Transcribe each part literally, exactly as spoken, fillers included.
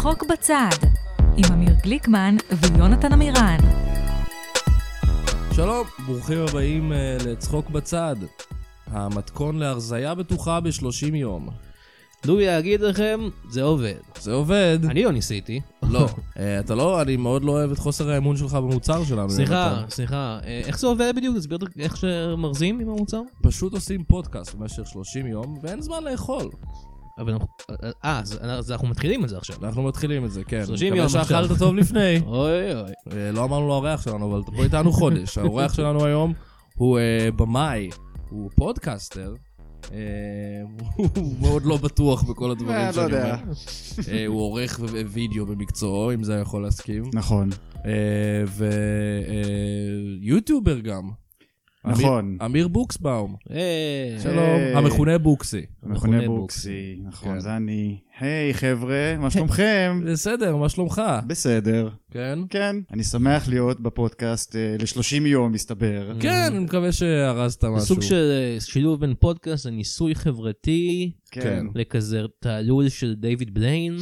צחוק בצד, עם אמיר גליקמן ויונתן אמירן. שלום, ברוכים הבאים uh, לצחוק בצד, המתכון להרזיה בטוחה ב-שלושים יום. דובי אגיד לכם, זה עובד. זה עובד. אני לא ניסיתי. לא, uh, אתה לא, אני מאוד לא אוהב את חוסר האמון שלך במוצר שלנו. סליחה, סליחה, איך זה עובד בדיוק? תסביר איך שמרזים עם המוצר? פשוט עושים פודקאסט במשך שלושים יום ואין זמן לאכול. אבל אנחנו, אה, אז אנחנו מתחילים את זה עכשיו. אנחנו מתחילים את זה, כן. שלושים יום עכשיו. מקווה שאכלת טוב לפני. אוי אוי. לא אמרנו לאורח שלנו, אבל אתה פה איתנו חודש. האורח שלנו היום הוא במאי, הוא פודקאסטר. הוא מאוד לא בטוח בכל הדברים שאני אומר. הוא עורך וידאו במקצועו, אם זה יכול להסכים. נכון. ויוטיובר גם. נכון. אמיר בוקסבאום. שלום. המכונה בוקסי. המכונה בוקסי, נכון, זה אני. היי חבר'ה, מה שלומכם? בסדר, מה שלומך? בסדר. כן? כן. אני שמח להיות בפודקאסט ל-שלושים יום, מסתבר. כן, אני מקווה שהרזת משהו. סוג של שילוב בין פודקאסט לניסוי חברתי. כן. לכזה תעלול של דיוויד בליין.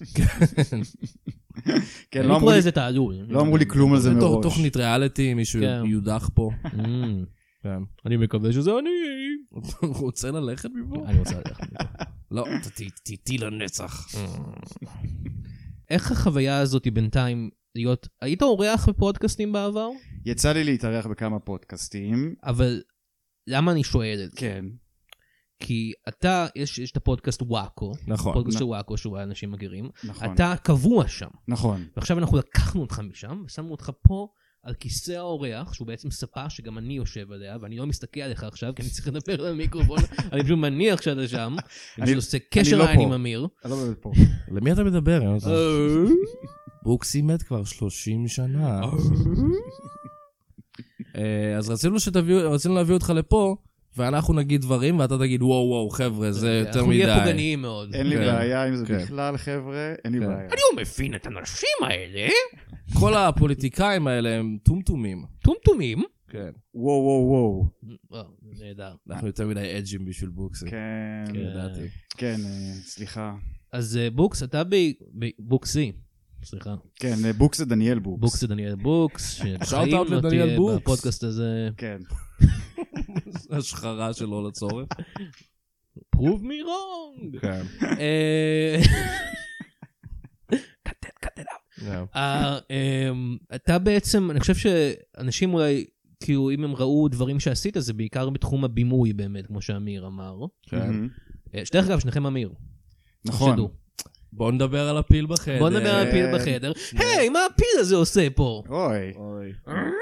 כן. אני קורא לזה תעלול. לא אמרו לי כלום על זה מראש. תוכנית ריאליטי, מישהו יודח פה. אני מקווה שזה אני. רוצה ללכת מפה? אני רוצה ללכת מפה. לא, תיתי לנצח. איך החוויה הזאת בינתיים להיות... היית אורח בפודקאסטים בעבר? יצא לי להתארח בכמה פודקאסטים. אבל למה אני שואל את זה? כן. כי אתה, יש, יש את הפודקאסט וואקו. נכון. פודקאסט של וואקו, שהוא אנשים מכירים. נכון. אתה קבוע שם. נכון. ועכשיו אנחנו לקחנו אותך משם, ושמנו אותך פה על כיסא האורח, שהוא בעצם ספה שגם אני יושב עליה, ואני לא מסתכל עליך עכשיו, כי אני צריך לדבר למיקרופון, אני פשוט מניח שאתה שם, אני פשוט עושה קשר עין עם אמיר. אני לא באמת פה. למי אתה מדבר? בוקסי מת כבר שלושים שנה. אז רצינו רצינו להביא אותך לפה, ואנחנו נגיד דברים, ואתה תגיד, וואו, וואו, חבר'ה, זה יותר מדי. אנחנו נהיה פוגעניים מאוד. אין לי בעיה עם זה בכלל, חבר'ה, אין לי בעיה. אני לא מבין את האנשים האלה. כל הפוליטיקאים האלה הם טומטומים. טומטומים? כן. וואו, וואו, וואו. נהדר. אנחנו יותר מדי אג'ים בשביל בוקסי. כן. ידעתי. כן, סליחה. אז בוקס, אתה בבוקסי. סליחה. כן, בוקס זה דניאל בוקס. בוקס זה דניאל בוקס. שאוט אאוט לדניאל בוקס. בפודקאסט הזה. כן. השחרה שלו לצורך. prove me wrong. כן. cut it, cut it out. אתה בעצם, אני חושב שאנשים אולי, כאילו אם הם ראו דברים שעשית, זה בעיקר בתחום הבימוי באמת, כמו שאמיר אמר. כן. שדרך אגב, שניכם אמיר. נכון. בוא נדבר על הפיל בחדר. בוא נדבר על הפיל בחדר. היי, מה הפיל הזה עושה פה? אוי. אוי.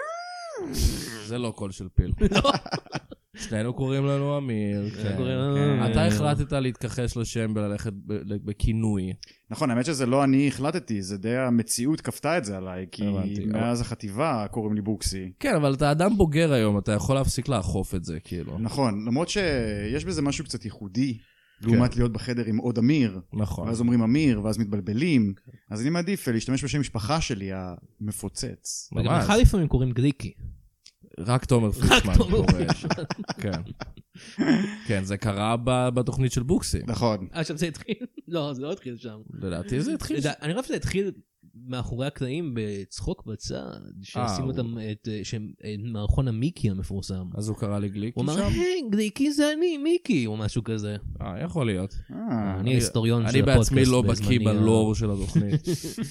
זה לא קול של פיל. שנינו קוראים לנו אמיר. אתה החלטת להתכחש לשם וללכת בכינוי. נכון, האמת שזה לא אני החלטתי, זה די המציאות כפתה את זה עליי, כי מאז החטיבה קוראים לי בוקסי. כן, אבל אתה אדם בוגר היום, אתה יכול להפסיק לאכוף את זה, כאילו. נכון, למרות שיש בזה משהו קצת ייחודי, לעומת להיות בחדר עם עוד אמיר. נכון. ואז אומרים אמיר, ואז מתבלבלים. אז אני מעדיף להשתמש בשם משפחה שלי, המפוצץ. וגם לך לפעמים קוראים גליקי. רק תומר פישמן קורא. כן. כן, זה קרה בתוכנית של בוקסי. נכון. עכשיו זה התחיל? לא, זה לא התחיל שם. לדעתי זה התחיל. אני חושב שזה התחיל מאחורי הקלעים בצחוק בצד, שעשינו אותם את מערכון המיקי המפורסם. אז הוא קרא לי גליקי שם? הוא אמר, היי, גליקי זה אני, מיקי, או משהו כזה. אה, יכול להיות. אני היסטוריון של הפודקאסט. אני בעצמי לא בקיא בלור של התוכנית.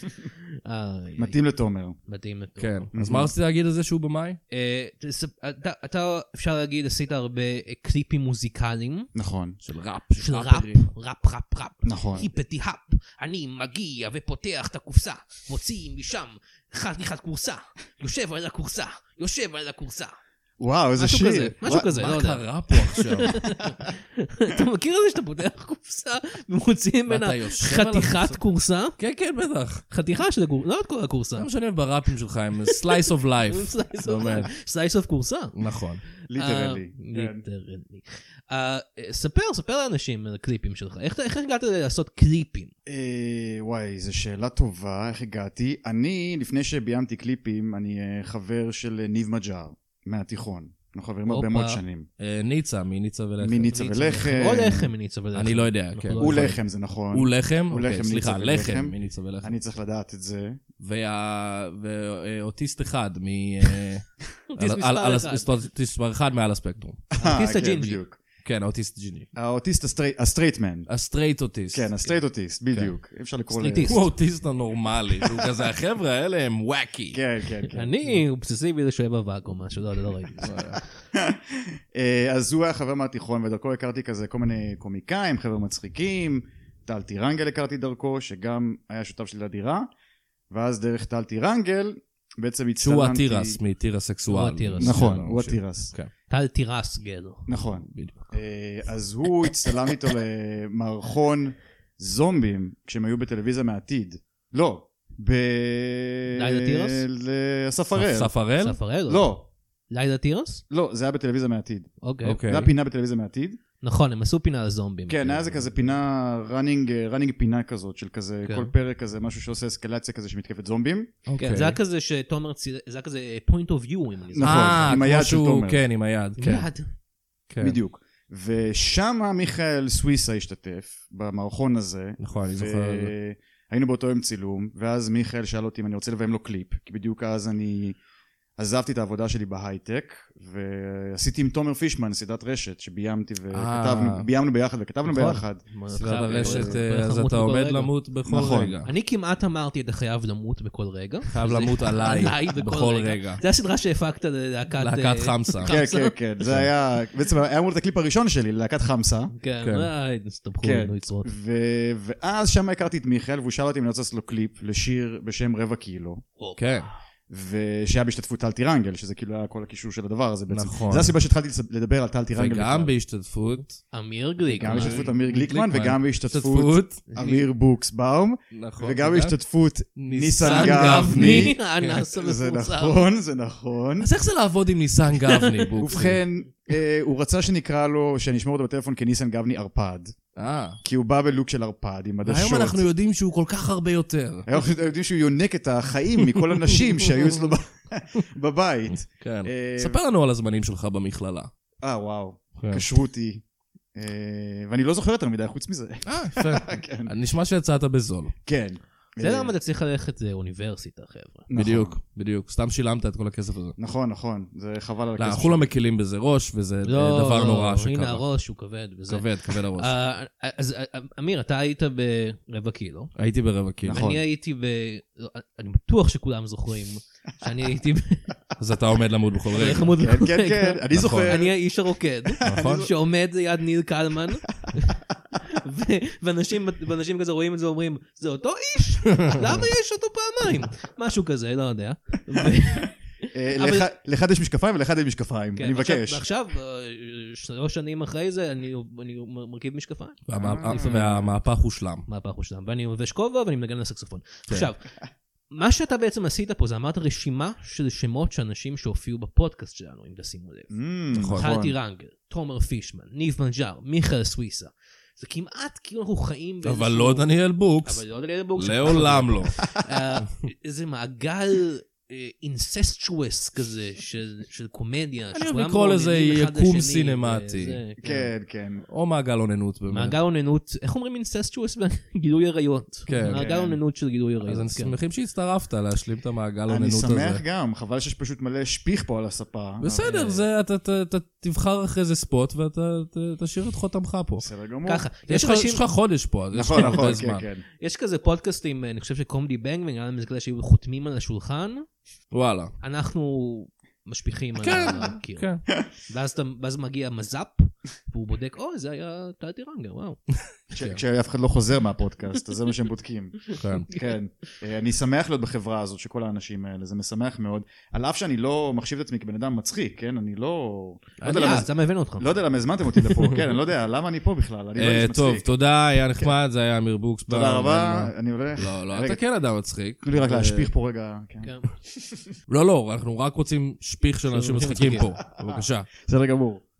מתאים לתומר. מתאים לתומר. כן. אז מה רציתי להגיד על זה שהוא במאי? אתה, אפשר להגיד, עשית הרבה קליפים מוזיקליים. נכון. של ראפ. של ראפ, ראפ, ראפ, ראפ. נכון. היפטי האפ. אני מגיע ופותח את הקופסה. מוציא משם חתיכת קורסה, יושב על הקורסה, יושב על הקורסה. וואו, איזה שיר. משהו כזה, מה קרה פה עכשיו? אתה מכיר את זה שאתה פותח קורסה ומוציאים ממנה חתיכת קורסה? כן, כן, בטח. חתיכה של הקורסה, לא את כל הקורסה. לא משנה בראפים שלך, הם slice of life. slice of קורסה. נכון. ליטרלי. ליטרלי. ספר, ספר לאנשים על הקליפים שלך. איך הגעת לעשות קליפים? וואי, זו שאלה טובה, איך הגעתי? אני, לפני שביימתי קליפים, אני חבר של ניב מג'אר, מהתיכון. אנחנו חברים הרבה מאוד שנים. ניצה, מניצה ולחם. מניצה ולחם. או לחם מניצה ולחם. אני לא יודע, כן. הוא לחם, זה נכון. הוא לחם? הוא לחם, סליחה, לחם מניצה ולחם. אני צריך לדעת את זה. ואוטיסט אחד מ... אוטיסט מספר אחד מעל הספקטרום. האוטיסט הג'ינג'י. כן, האוטיסט ג'ינג'י. האוטיסט הסטרייטמן. הסטרייט אוטיסט. כן, הסטרייט אוטיסט, בדיוק. אפשר לקרוא לזה. הוא האוטיסט הנורמלי. הוא כזה, החבר'ה האלה הם וואקי. כן, כן, כן. אני אובססיבי לשואב אבק או משהו, לא, לא ראיתי. אז הוא היה חבר מהתיכון, ודרכו הכרתי כזה כל מיני קומיקאים, חבר'ה מצחיקים. טל טירנגל הכרתי דרכו, שגם היה שותף שלי לדירה. ואז דרך טל טירנגל, בעצם הצטלמתי... שהוא הטירס, מטירס סקסואל. נכון, הוא הטירס. טל טירס גדו. נכון. אז הוא הצטלם איתו למערכון זומבים, כשהם היו בטלוויזיה מהעתיד. לא. ב... לילה טירס? לאסף הראל. אסף הראל? אסף הראל? לא. לילה טירס? לא, זה היה בטלוויזיה מהעתיד. אוקיי. זה היה פינה בטלוויזיה מהעתיד. נכון, הם עשו פינה לזומבים. כן, היה זה כזה פינה, ראנינג, ראנינג פינה כזאת, של כזה, כל פרק כזה, משהו שעושה אסקלציה כזה שמתקפת זומבים. כן, זה היה כזה שתומר, זה היה כזה point of view, אם אני זוכר. נכון, עם היד של תומר. כן, עם היד. עם היד. בדיוק. ושם מיכאל סוויסה השתתף, במערכון הזה. נכון, אני זוכר. היינו באותו יום צילום, ואז מיכאל שאל אותי אם אני רוצה לביים לו קליפ, כי בדיוק אז אני... עזבתי את העבודה שלי בהייטק, ועשיתי עם תומר פישמן, סדרת רשת, שביימתי וכתבנו, ביימנו ביחד וכתבנו ביחד. סדרת הרשת, אז אתה עומד למות בכל רגע. אני כמעט אמרתי, אתה חייב למות בכל רגע. חייב למות עליי בכל רגע. זה הסדרה שהפקת ללהקת... להקת חמסה. כן, כן, כן. זה היה, בעצם היה אמור את הקליפ הראשון שלי, ללהקת חמסה. כן, נסתבכו, נו יצרות. ואז שם הכרתי את מיכאל, והוא שאל אותי אם אני רוצה לעשות לו קליפ לשיר בשם רבע קילו. כן. ושהיה בהשתתפות טל טירנגל, שזה כאילו היה כל הקישור של הדבר הזה בעצם. נכון. זה הסיבה שהתחלתי לדבר על טל טירנגל. וגם בהשתתפות... אמיר גליקמן. גם בהשתתפות אמיר גליקמן, וגם בהשתתפות אמיר בוקסבאום. נכון. וגם בהשתתפות ניסן גבני. זה נכון, זה נכון. אז איך זה לעבוד עם ניסן גבני, בוקסי? ובכן, הוא רצה שנקרא לו, שאני אשמור אותו בטלפון כניסן גבני ארפד. כי הוא בא בלוק של ארפד עם עדשות. היום אנחנו יודעים שהוא כל כך הרבה יותר. היום אנחנו יודעים שהוא יונק את החיים מכל הנשים שהיו אצלו בבית. כן. ספר לנו על הזמנים שלך במכללה. אה, וואו. קשרו אותי. ואני לא זוכר יותר מדי חוץ מזה. אה, יפה. נשמע שיצאת בזול. כן. זה למה אתה צריך ללכת לאוניברסיטה, חבר'ה. בדיוק, בדיוק. סתם שילמת את כל הכסף הזה. נכון, נכון. זה חבל על הכסף. אנחנו לא מקילים בזה ראש, וזה דבר נורא שקרה. הנה הראש, הוא כבד. כבד, כבד הראש. אז אמיר, אתה היית ברבע קילו. הייתי ברבע קילו. אני הייתי ב... אני בטוח שכולם זוכרים שאני הייתי ב... אז אתה עומד למות בכל רגע. כן, כן, כן. אני זוכר. אני האיש הרוקד. שעומד ליד ניל קלמן. ואנשים כזה רואים את זה ואומרים, זה אותו איש? למה יש אותו פעמיים? משהו כזה, לא יודע. לאחד יש משקפיים ולאחד יש משקפיים, אני מבקש. ועכשיו, שלוש שנים אחרי זה, אני מרכיב משקפיים. והמהפך הושלם. מהפך הושלם. ואני מבש כובע ואני מנגן על הסקסופון. עכשיו, מה שאתה בעצם עשית פה, זה אמרת רשימה של שמות של אנשים שהופיעו בפודקאסט שלנו, אם תשימו לב. טל טירנגל, תומר פישמן, ניב מנג'ר, מיכאל סוויסה. זה כמעט כאילו אנחנו חיים... אבל לא דניאל בוקס. אבל לא דניאל בוקס. לעולם לא. איזה מעגל אינססטואס כזה של קומדיה. אני אוהב לקרוא לזה יקום סינמטי. כן, כן. או מעגל אוננות. מעגל אוננות, איך אומרים אינססטואס? גילוי עריות. מעגל אוננות של גילוי עריות. אז אני שמחים שהצטרפת להשלים את המעגל אוננות הזה. אני שמח גם, חבל שיש פשוט מלא שפיך פה על הספה. בסדר, אתה תבחר אחרי זה ספוט ואתה תשאיר את חותמך פה. בסדר גמור. יש לך חודש פה, אז יש לך הרבה זמן. יש כזה פודקאסטים, אני חושב שקומדי בנג, ונראה לי כזה שהיו חותמים על השולחן. וואלה. אנחנו משפיכים על הקיר. ואז מגיע מזאפ, והוא בודק, או, זה היה טל טירנגל, וואו. כשאף אחד לא חוזר מהפודקאסט, אז זה מה שהם בודקים. כן. אני שמח להיות בחברה הזאת, שכל האנשים האלה, זה משמח מאוד. על אף שאני לא מחשיב את עצמי כבן אדם מצחיק, כן? אני לא... אז למה הבאנו אותך? לא יודע למה הזמנתם אותי לפה, כן? אני לא יודע, למה אני פה בכלל? אני לא איש מצחיק. טוב, תודה, היה נחמד, זה היה אמיר בוקס. תודה רבה, אני הולך. לא, לא, אתה כן אדם מצחיק. תנו לי רק להשפיך פה רגע. לא, לא, אנחנו רק רוצים שפיך של אנשים מצחיקים פה. בבקשה. בסדר גמור.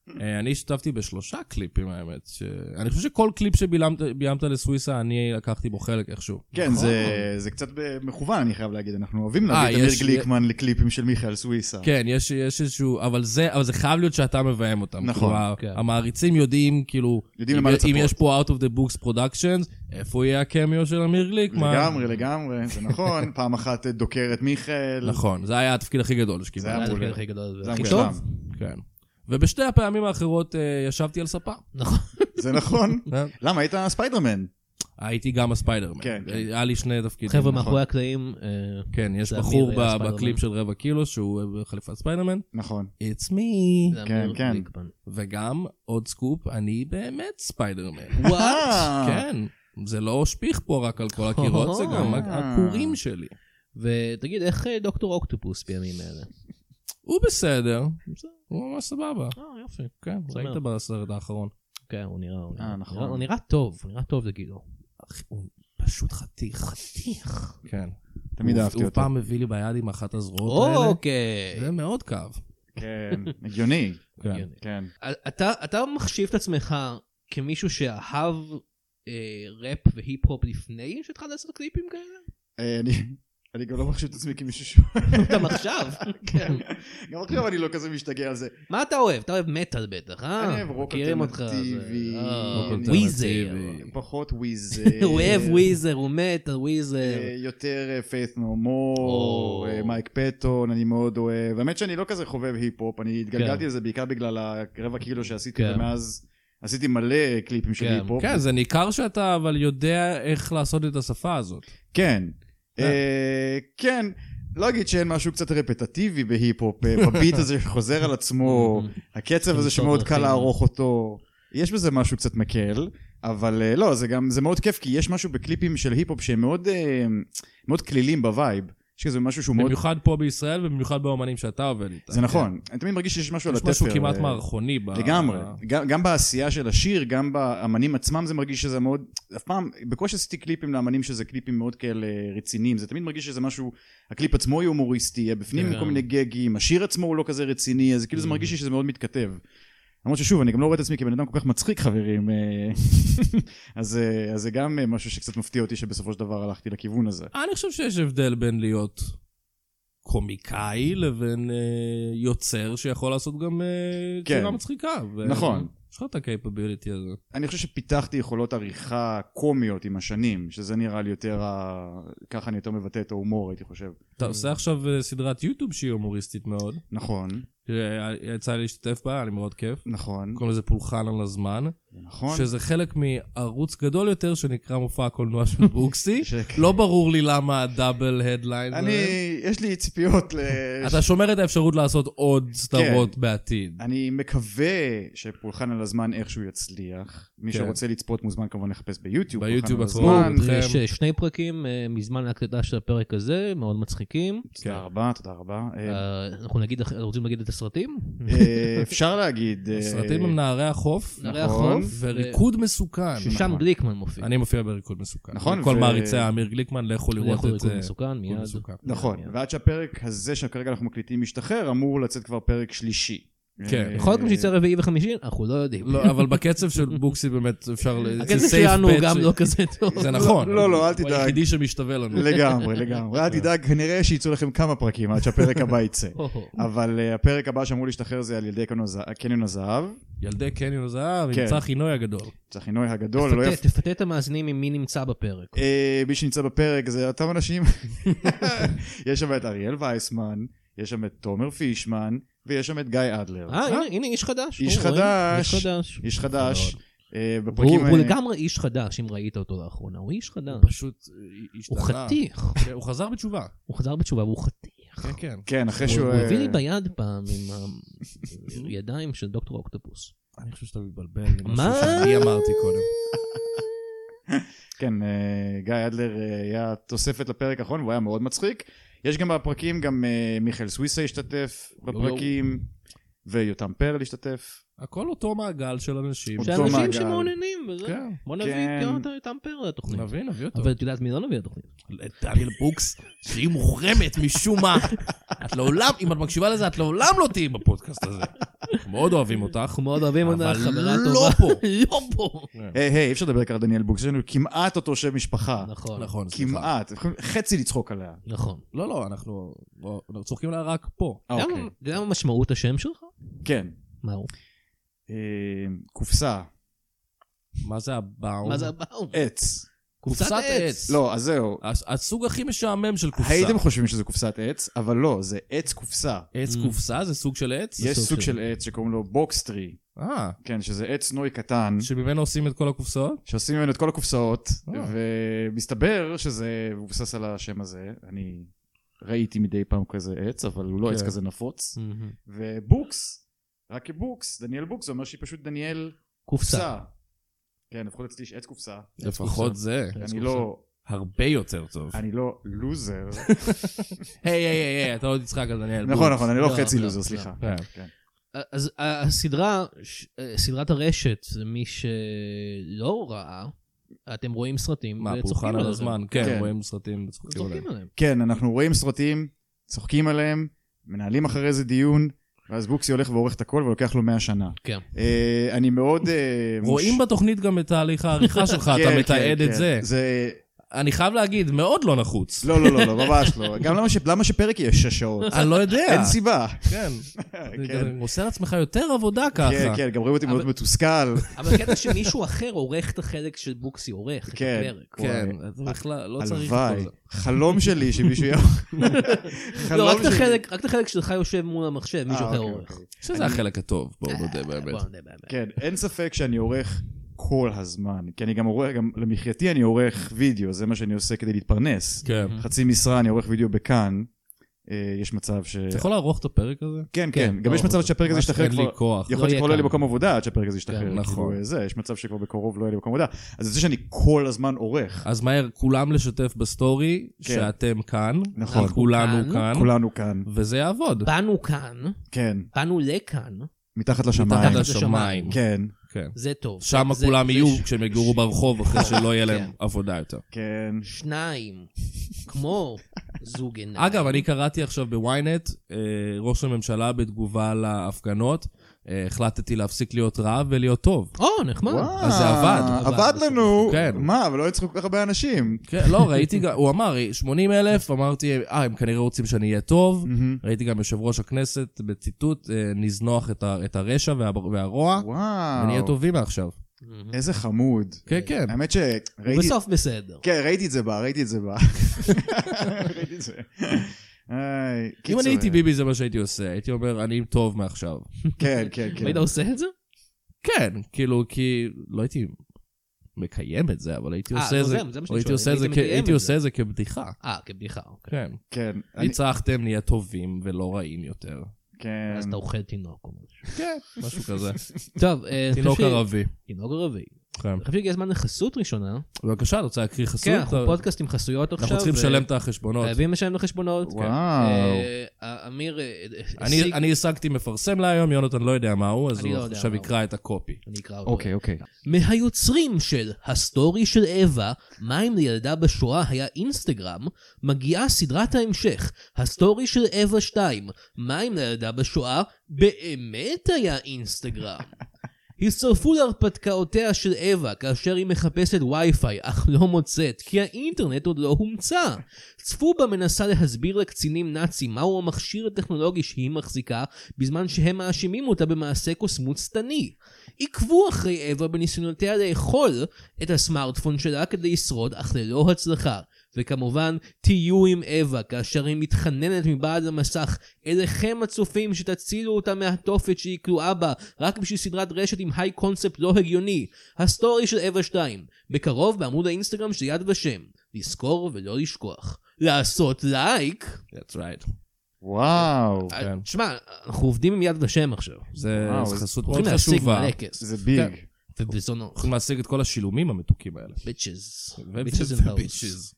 אני השתתפתי בשלושה קליפים, האמת. אני חושב שכל קליפ שביימת לסוויסה, אני לקחתי בו חלק איכשהו. כן, זה קצת מכוון, אני חייב להגיד. אנחנו אוהבים להביא את אמיר גליקמן לקליפים של מיכאל סוויסה. כן, יש איזשהו, אבל זה חייב להיות שאתה מביים אותם. נכון. המעריצים יודעים, כאילו, אם יש פה Out of the Books Productions, איפה יהיה הקמיו של אמיר גליקמן? לגמרי, לגמרי, זה נכון. פעם אחת דוקר את מיכאל. נכון, זה היה התפקיד הכי גדול. זה היה התפקיד הכי גדול. זה הכי טוב. כן. ובשתי הפעמים האחרות ישבתי על ספה. נכון. זה נכון. למה? היית ספיידרמן. הייתי גם הספיידרמן. כן. היה לי שני תפקידים. חבר'ה מאחורי הקלעים. כן, יש בחור בקליפ של רבע קילו שהוא בחליפת ספיידרמן. נכון. It's me. כן, כן. וגם עוד סקופ, אני באמת ספיידרמן. וואט? כן. זה לא שפיך פה רק על כל הקירות, זה גם הקורים שלי. ותגיד, איך דוקטור אוקטופוס בימים האלה? הוא בסדר. הוא ממש סבבה. אה, יופי. כן, ראית בסרט האחרון. כן, הוא נראה, הוא אה, נכון. הוא נראה טוב, הוא נראה טוב תגידו. הוא פשוט חתיך. חתיך. כן. תמיד אהבתי אותו. הוא פעם מביא לי ביד עם אחת הזרועות האלה. אוקיי. זה מאוד כאב. כן, הגיוני. כן. אתה מחשיב את עצמך כמישהו שאהב ראפ והיפ-הופ לפני שהתחלת לעשות קליפים כאלה? אני... אני גם לא מחשיב את עצמי כמישהו שהוא... גם עכשיו? כן. גם עכשיו אני לא כזה משתגע על זה. מה אתה אוהב? אתה אוהב מטל בטח, אה? אני אוהב רוק אלטרנטיבי. וויזר. פחות וויזר. הוא אוהב וויזר, הוא מטל, וויזר. יותר פיית' נו מור, מייק פטון, אני מאוד אוהב. האמת שאני לא כזה חובב היפ-הופ, אני התגלגלתי על זה בעיקר בגלל הרבע קילו שעשיתי, ומאז עשיתי מלא קליפים של היפ-הופ. כן, זה ניכר שאתה אבל יודע איך לעשות את השפה הזאת. כן. כן, לא אגיד שאין משהו קצת רפטטיבי בהיפ-הופ, בביט הזה שחוזר על עצמו, הקצב הזה שמאוד קל לערוך אותו, יש בזה משהו קצת מקל, אבל לא, זה גם, זה מאוד כיף, כי יש משהו בקליפים של היפ-הופ שהם מאוד, מאוד כלילים בווייב, יש כזה משהו שהוא מאוד... במיוחד פה בישראל ובמיוחד באומנים שאתה עובד איתה. זה נכון, אני תמיד מרגיש שיש משהו על התפר. יש משהו כמעט מערכוני. לגמרי, גם בעשייה של השיר, גם באמנים עצמם זה מרגיש שזה מאוד, אף פעם, בקושי עשיתי קליפים לאמנים שזה קליפים מאוד כאלה רציניים, זה תמיד מרגיש שזה משהו, הקליפ עצמו הוא הומוריסטי, בפנים עם כל מיני גגים, השיר עצמו הוא לא כזה רציני, אז כאילו זה מרגיש שזה מאוד מתכתב. למרות ששוב, אני גם לא רואה את עצמי כבן אדם כל כך מצחיק, חברים. אז זה גם משהו שקצת מפתיע אותי שבסופו של דבר הלכתי לכיוון הזה. אני חושב שיש הבדל בין להיות קומיקאי לבין יוצר שיכול לעשות גם יצירה מצחיקה. נכון. יש לך את הקייפביליטי הזה. אני חושב שפיתחתי יכולות עריכה קומיות עם השנים, שזה נראה לי יותר, ככה אני יותר מבטא את ההומור, הייתי חושב. אתה עושה עכשיו סדרת יוטיוב שהיא הומוריסטית מאוד. נכון. יצא לי להשתתף בה, אני מאוד כיף. נכון. קוראים לזה פולחן על הזמן. נכון. שזה חלק מערוץ גדול יותר שנקרא מופע הקולנוע של בוקסי. לא ברור לי למה הדאבל הדליין. אני, יש לי ציפיות ל... אתה שומר את האפשרות לעשות עוד סדרות בעתיד. אני מקווה שפולחן על הזמן איכשהו יצליח. מי שרוצה לצפות מוזמן כמובן לחפש ביוטיוב. ביוטיוב עצמן. יש שני פרקים מזמן להקלטה של הפרק הזה, מאוד מצחיקים. תודה רבה, תודה רבה. אנחנו נגיד, רוצים להגיד את הסרטים? אפשר להגיד. הסרטים הם נערי החוף. נערי החוף. וריקוד מסוכן. ששם גליקמן מופיע. אני מופיע בריקוד מסוכן. נכון. כל מעריצי אמיר גליקמן, לכו לראות את זה. ריקוד מסוכן, מיד. נכון. ועד שהפרק הזה שכרגע אנחנו מקליטים משתחרר, אמור לצאת כבר פרק שלישי. כן. יכול להיות גם שיצא רביעי וחמישי, אנחנו לא יודעים. לא, אבל בקצב של בוקסי באמת אפשר... הקצב שלנו גם לא כזה טוב. זה נכון. לא, לא, אל תדאג. הוא היחידי שמשתווה לנו. לגמרי, לגמרי. אל תדאג, כנראה שיצאו לכם כמה פרקים עד שהפרק הבא יצא. אבל הפרק הבא שאמור להשתחרר זה על ילדי קניון הזהב. ילדי קניון הזהב, עם צחי נוי הגדול. צחי נוי הגדול. תפתה את המאזינים עם מי נמצא בפרק. מי שנמצא בפרק זה אותם אנשים. יש שם את אריאל וייסמן, יש שם את תומר פישמן, ויש שם את גיא אדלר. אה, הנה, איש חדש. איש חדש. איש חדש. הוא לגמרי איש חדש, אם ראית אותו לאחרונה. הוא איש חדש. הוא פשוט השתנה. הוא חתיך. הוא חזר בתשובה. הוא חזר בתשובה, והוא חתיך. כן, כן. כן, אחרי שהוא... הוא הביא לי ביד פעם עם הידיים של דוקטור אוקטופוס. אני חושב שאתה מתבלבל. מה? שאני אמרתי קודם. כן, גיא אדלר היה תוספת לפרק האחרון, והוא היה מאוד מצחיק. יש גם בפרקים, גם מיכאל סוויסה השתתף בפרקים, ויותם פרל השתתף. הכל אותו מעגל של אנשים. שאנשים שמעוננים, וזה. בוא נביא גם את יותם פרל לתוכנית. נביא, נביא אותו. אבל את יודעת מי לא נביא לתוכנית? את דניאל בוקס, שהיא מוחרמת משום מה. את לעולם, אם את מקשיבה לזה, את לעולם לא תהיי בפודקאסט הזה. מאוד אוהבים אותך. אנחנו מאוד אוהבים אותך, חברה אבל טובה. לא פה. לא פה. היי, היי, אי אפשר לדבר כאן על דניאל בוקס, יש לנו כמעט אותו שם משפחה. נכון. נכון, סליחה. כמעט, חצי לצחוק עליה. נכון. לא, לא, אנחנו אנחנו צוחקים עליה רק פה. אה, אוקיי. אתה יודע מה משמעות השם שלך? כן. מה הוא? אה, קופסה. מה זה הבאום? מה זה הבאום? עץ. קופסת עץ. לא, אז זהו. הסוג הכי משעמם של קופסה. הייתם חושבים שזה קופסת עץ, אבל לא, זה עץ קופסה. עץ קופסה זה סוג של עץ? יש סוג של עץ שקוראים לו בוקסטרי. אה, כן, שזה עץ נוי קטן, שממנו עושים את כל הקופסאות? שעושים ממנו את כל הקופסאות, אה. ומסתבר שזה מבוסס על השם הזה. אני ראיתי מדי פעם כזה עץ, אבל הוא לא עץ כן. כזה נפוץ. מהמם. ובוקס, רק כבוקס, דניאל בוקס, זה אומר שהיא פשוט דניאל קופסה. קופסה. כן, לפחות אצלי יש עץ קופסה. לפחות זה. אני לא, הרבה יותר טוב. אני לא לוזר. היי, היי, היי, היי, אתה לא תצחק על דניאל. נכון, נכון, אני לא לא, חצי לא, לוזר, לא. סליחה. כן. כן. אז הסדרה, ש- סדרת הרשת, זה מי שלא ראה, אתם רואים סרטים מה, וצוחקים פולחן על עליהם. הזמן? כן, כן. רואים סרטים וצוחקים עליהם. צוחקים עליהם. כן, אנחנו רואים סרטים, צוחקים עליהם, מנהלים אחרי זה דיון, ואז בוקסי הולך ועורך את הכל ולוקח לו מאה שנה. כן. אה, אני מאוד... אה, רואים מוש- בתוכנית גם את תהליך העריכה שלך, כן, אתה כן, מתעד כן. את זה. זה... אני חייב להגיד, מאוד לא נחוץ. לא, לא, לא, לא, ממש לא. גם למה ש- למה שפרק יהיה שש שעות? אני לא יודע. אין סיבה. כן. כן. עושה לעצמך יותר עבודה ככה. כן, כן, גם רואים אותי מאוד אבל- מתוסכל. אבל קטע שמישהו אחר עורך את החלק של בוקסי עורך, את כן. הפרק. כן, וואי. אתה בכלל לא צריך את כל הלוואי. זה. חלום שלי שמישהו יהיה... לא, רק חלום את שלי. החלק- רק את החלק שלך יושב מול המחשב, מישהו אה, אחר אוקיי, עורך. אוקיי. שזה החלק הטוב, בואו נודה באמת. בוא נודה באמת. כן, אין ספק שאני עורך כל הזמן, כי אני גם עורך, גם למחייתי אני עורך וידאו, זה מה שאני עושה כדי להתפרנס. כן. חצי משרה אני עורך וידאו בכאן, אה, יש מצב ש... אתה יכול לערוך את הפרק הזה? כן, כן, כן, גם לא, יש מצב שהפרק הזה ממש ישתחרר אין לי כבר... כוח. יכול לא להיות יהיה שכבר לא יהיה לי כאן. מקום עבודה עד שהפרק הזה ישתחרר. כן, נכון. כאילו, זה, יש מצב שכבר בקרוב לא יהיה לי מקום עבודה. אז זה שאני כל הזמן עורך. אז מהר, כולם לשתף בסטורי, כן. שאתם כאן. נכון. כולנו כאן. כאן. כולנו כאן. וזה יעבוד. באנו כאן, כן. באנו לכאן, מתחת לשמיים. מתחת לשמיים. לשמיים. כן, כן. זה טוב. שם זה- כולם זה יהיו ש- כשהם יגורו ברחוב, אחרי שלא יהיה להם כן. עבודה יותר. כן. שניים, כמו זוג עיניים. אגב, אני קראתי עכשיו בוויינט, אה, ראש הממשלה בתגובה להפגנות, אה, החלטתי להפסיק להיות רע ולהיות טוב. או, נחמד. אז זה עבד. עבד לנו. כן. מה, אבל לא יצחקו כל כך הרבה אנשים. כן, לא, ראיתי גם, הוא אמר, שמונים אלף, אמרתי, אה, הם כנראה רוצים שאני אהיה טוב. ראיתי גם יושב ראש הכנסת בציטוט, אה, נזנוח את ה- את הרשע וה- והרוע, וואו. ונהיה טובים מעכשיו. איזה חמוד. כן, כן. האמת שראיתי... בסוף בסדר. כן, ראיתי את זה בה, ראיתי את זה בה. ראיתי את זה. איי, אם קיצור, אני הייתי ביבי זה מה שהייתי עושה, הייתי אומר, אני טוב מעכשיו. כן, כן, כן. היית עושה את זה? כן, כאילו, כי לא הייתי מקיים את זה, אבל הייתי אה, עושה לא, את זה, זה- זה מה שאני או הייתי שואל, עושה את זה, הייתי כ- מקיים הייתי את עושה זה. את זה כבדיחה. אה, כבדיחה, אוקיי. כן. כן. אני- ניצחתם, נהיה טובים ולא רעים יותר. כן. אז אתה אוכל תינוק או משהו. כן, משהו כזה. טוב, אה, אני תינוק חושב ש- ערבי. תינוק ערבי. כן. אני חושב שהגיע הזמן לחסות ראשונה. בבקשה, אתה רוצה להקריא חסות? כן, אנחנו אתה- פודקאסט עם חסויות עכשיו. אנחנו צריכים ו- לשלם את החשבונות. חייבים לשלם את החשבונות. וואו. אה, אמיר אה, אני- השיג... אני השגתי מפרסם להיום, יונתן לא יודע מה הוא, אז אני הוא לא יודע עכשיו מה הוא. יקרא את הקופי. אני אקרא אותו. אוקיי, אוקיי. מהיוצרים של הסטורי של אווה, מים לילדה בשואה היה אינסטגרם, מגיעה סדרת ההמשך, הסטורי של אווה שתיים, מים לילדה בשואה, באמת היה אינסטגרם. הצטרפו להרפתקאותיה של אווה כאשר היא מחפשת וי-פיי אך לא מוצאת כי האינטרנט עוד לא הומצא. צפו בה מנסה להסביר לקצינים נאצים מהו המכשיר הטכנולוגי שהיא מחזיקה בזמן שהם מאשימים אותה במעשה קוסמות שטני. עקבו אחרי אווה בניסיונותיה לאכול את הסמארטפון שלה כדי לשרוד אך ללא הצלחה. וכמובן תהיו עם אווה כאשר היא מתחננת מבעד המסך אליכם הצופים שתצילו אותה מהתופת שהיא כלואה בה רק בשביל סדרת רשת עם היי קונספט לא הגיוני. הסטורי של אווה שתיים בקרוב בעמוד האינסטגרם של יד ושם. לזכור ולא לשכוח לעשות לייק. That's right. וואו. כן. תשמע, אנחנו עובדים עם יד ושם עכשיו. זה וואו, זה זה- חסות מאוד הולכים להשיג חשובה. מלא כסף זה ביג. כן. ובזונות. יכולים להשיג את כל השילומים המתוקים האלה. ביצ'ז. ו- ביצ'ז and hoes. וביצ'ז.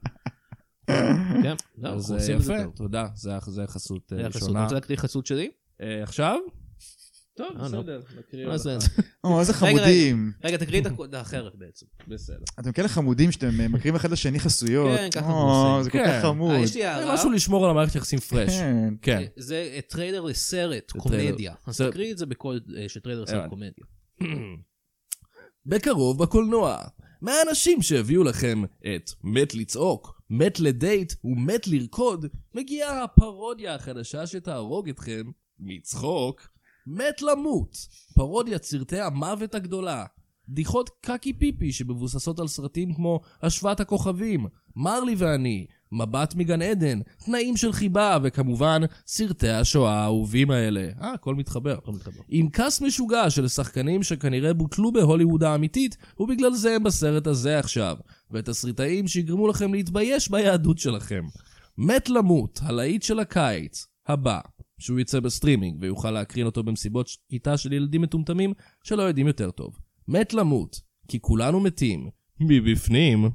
כן, לא, אז אנחנו אה, עושים את זה יפה, טוב. תודה. זה זה חסות אה, זה החסות. ראשונה. אתה רוצה להקריא חסות שלי? אה, עכשיו? טוב, בסדר. מה זה? או, איזה חמודים. רגע, תקריא את הקוד האחרת בעצם. בסדר. אתם כאלה חמודים שאתם מקריאים אחד לשני חסויות. כן, ככה או, זה כל כך חמוד. יש לי הערה. משהו לשמור על המערכת יחסים פרש. כן. זה טריילר לסרט, קומדיה. אז תקריא את זה בקוד שטריילר לסרט קומדיה. בקרוב בקולנוע. מהאנשים שהביאו לכם את מת לצעוק, מת לדייט ומת לרקוד, מגיעה הפרודיה החדשה שתהרוג אתכם מצחוק, מת למות. פרודיית סרטי המוות הגדולה. בדיחות קקי פיפי שמבוססות על סרטים כמו השוואת הכוכבים, מרלי ואני, מבט מגן עדן, תנאים של חיבה, וכמובן סרטי השואה האהובים האלה. אה, הכל מתחבר. הכל מתחבר. עם קאסט משוגע של שחקנים שכנראה בוטלו בהוליווד האמיתית, ובגלל זה הם בסרט הזה עכשיו. ותסריטאים שיגרמו לכם להתבייש ביהדות שלכם. מת למות, הלהיט של הקיץ, הבא. שהוא יצא בסטרימינג ויוכל להקרין אותו במסיבות כיתה של ילדים מטומטמים שלא יודעים יותר טוב. מת למות, כי כולנו מתים, מבפנים.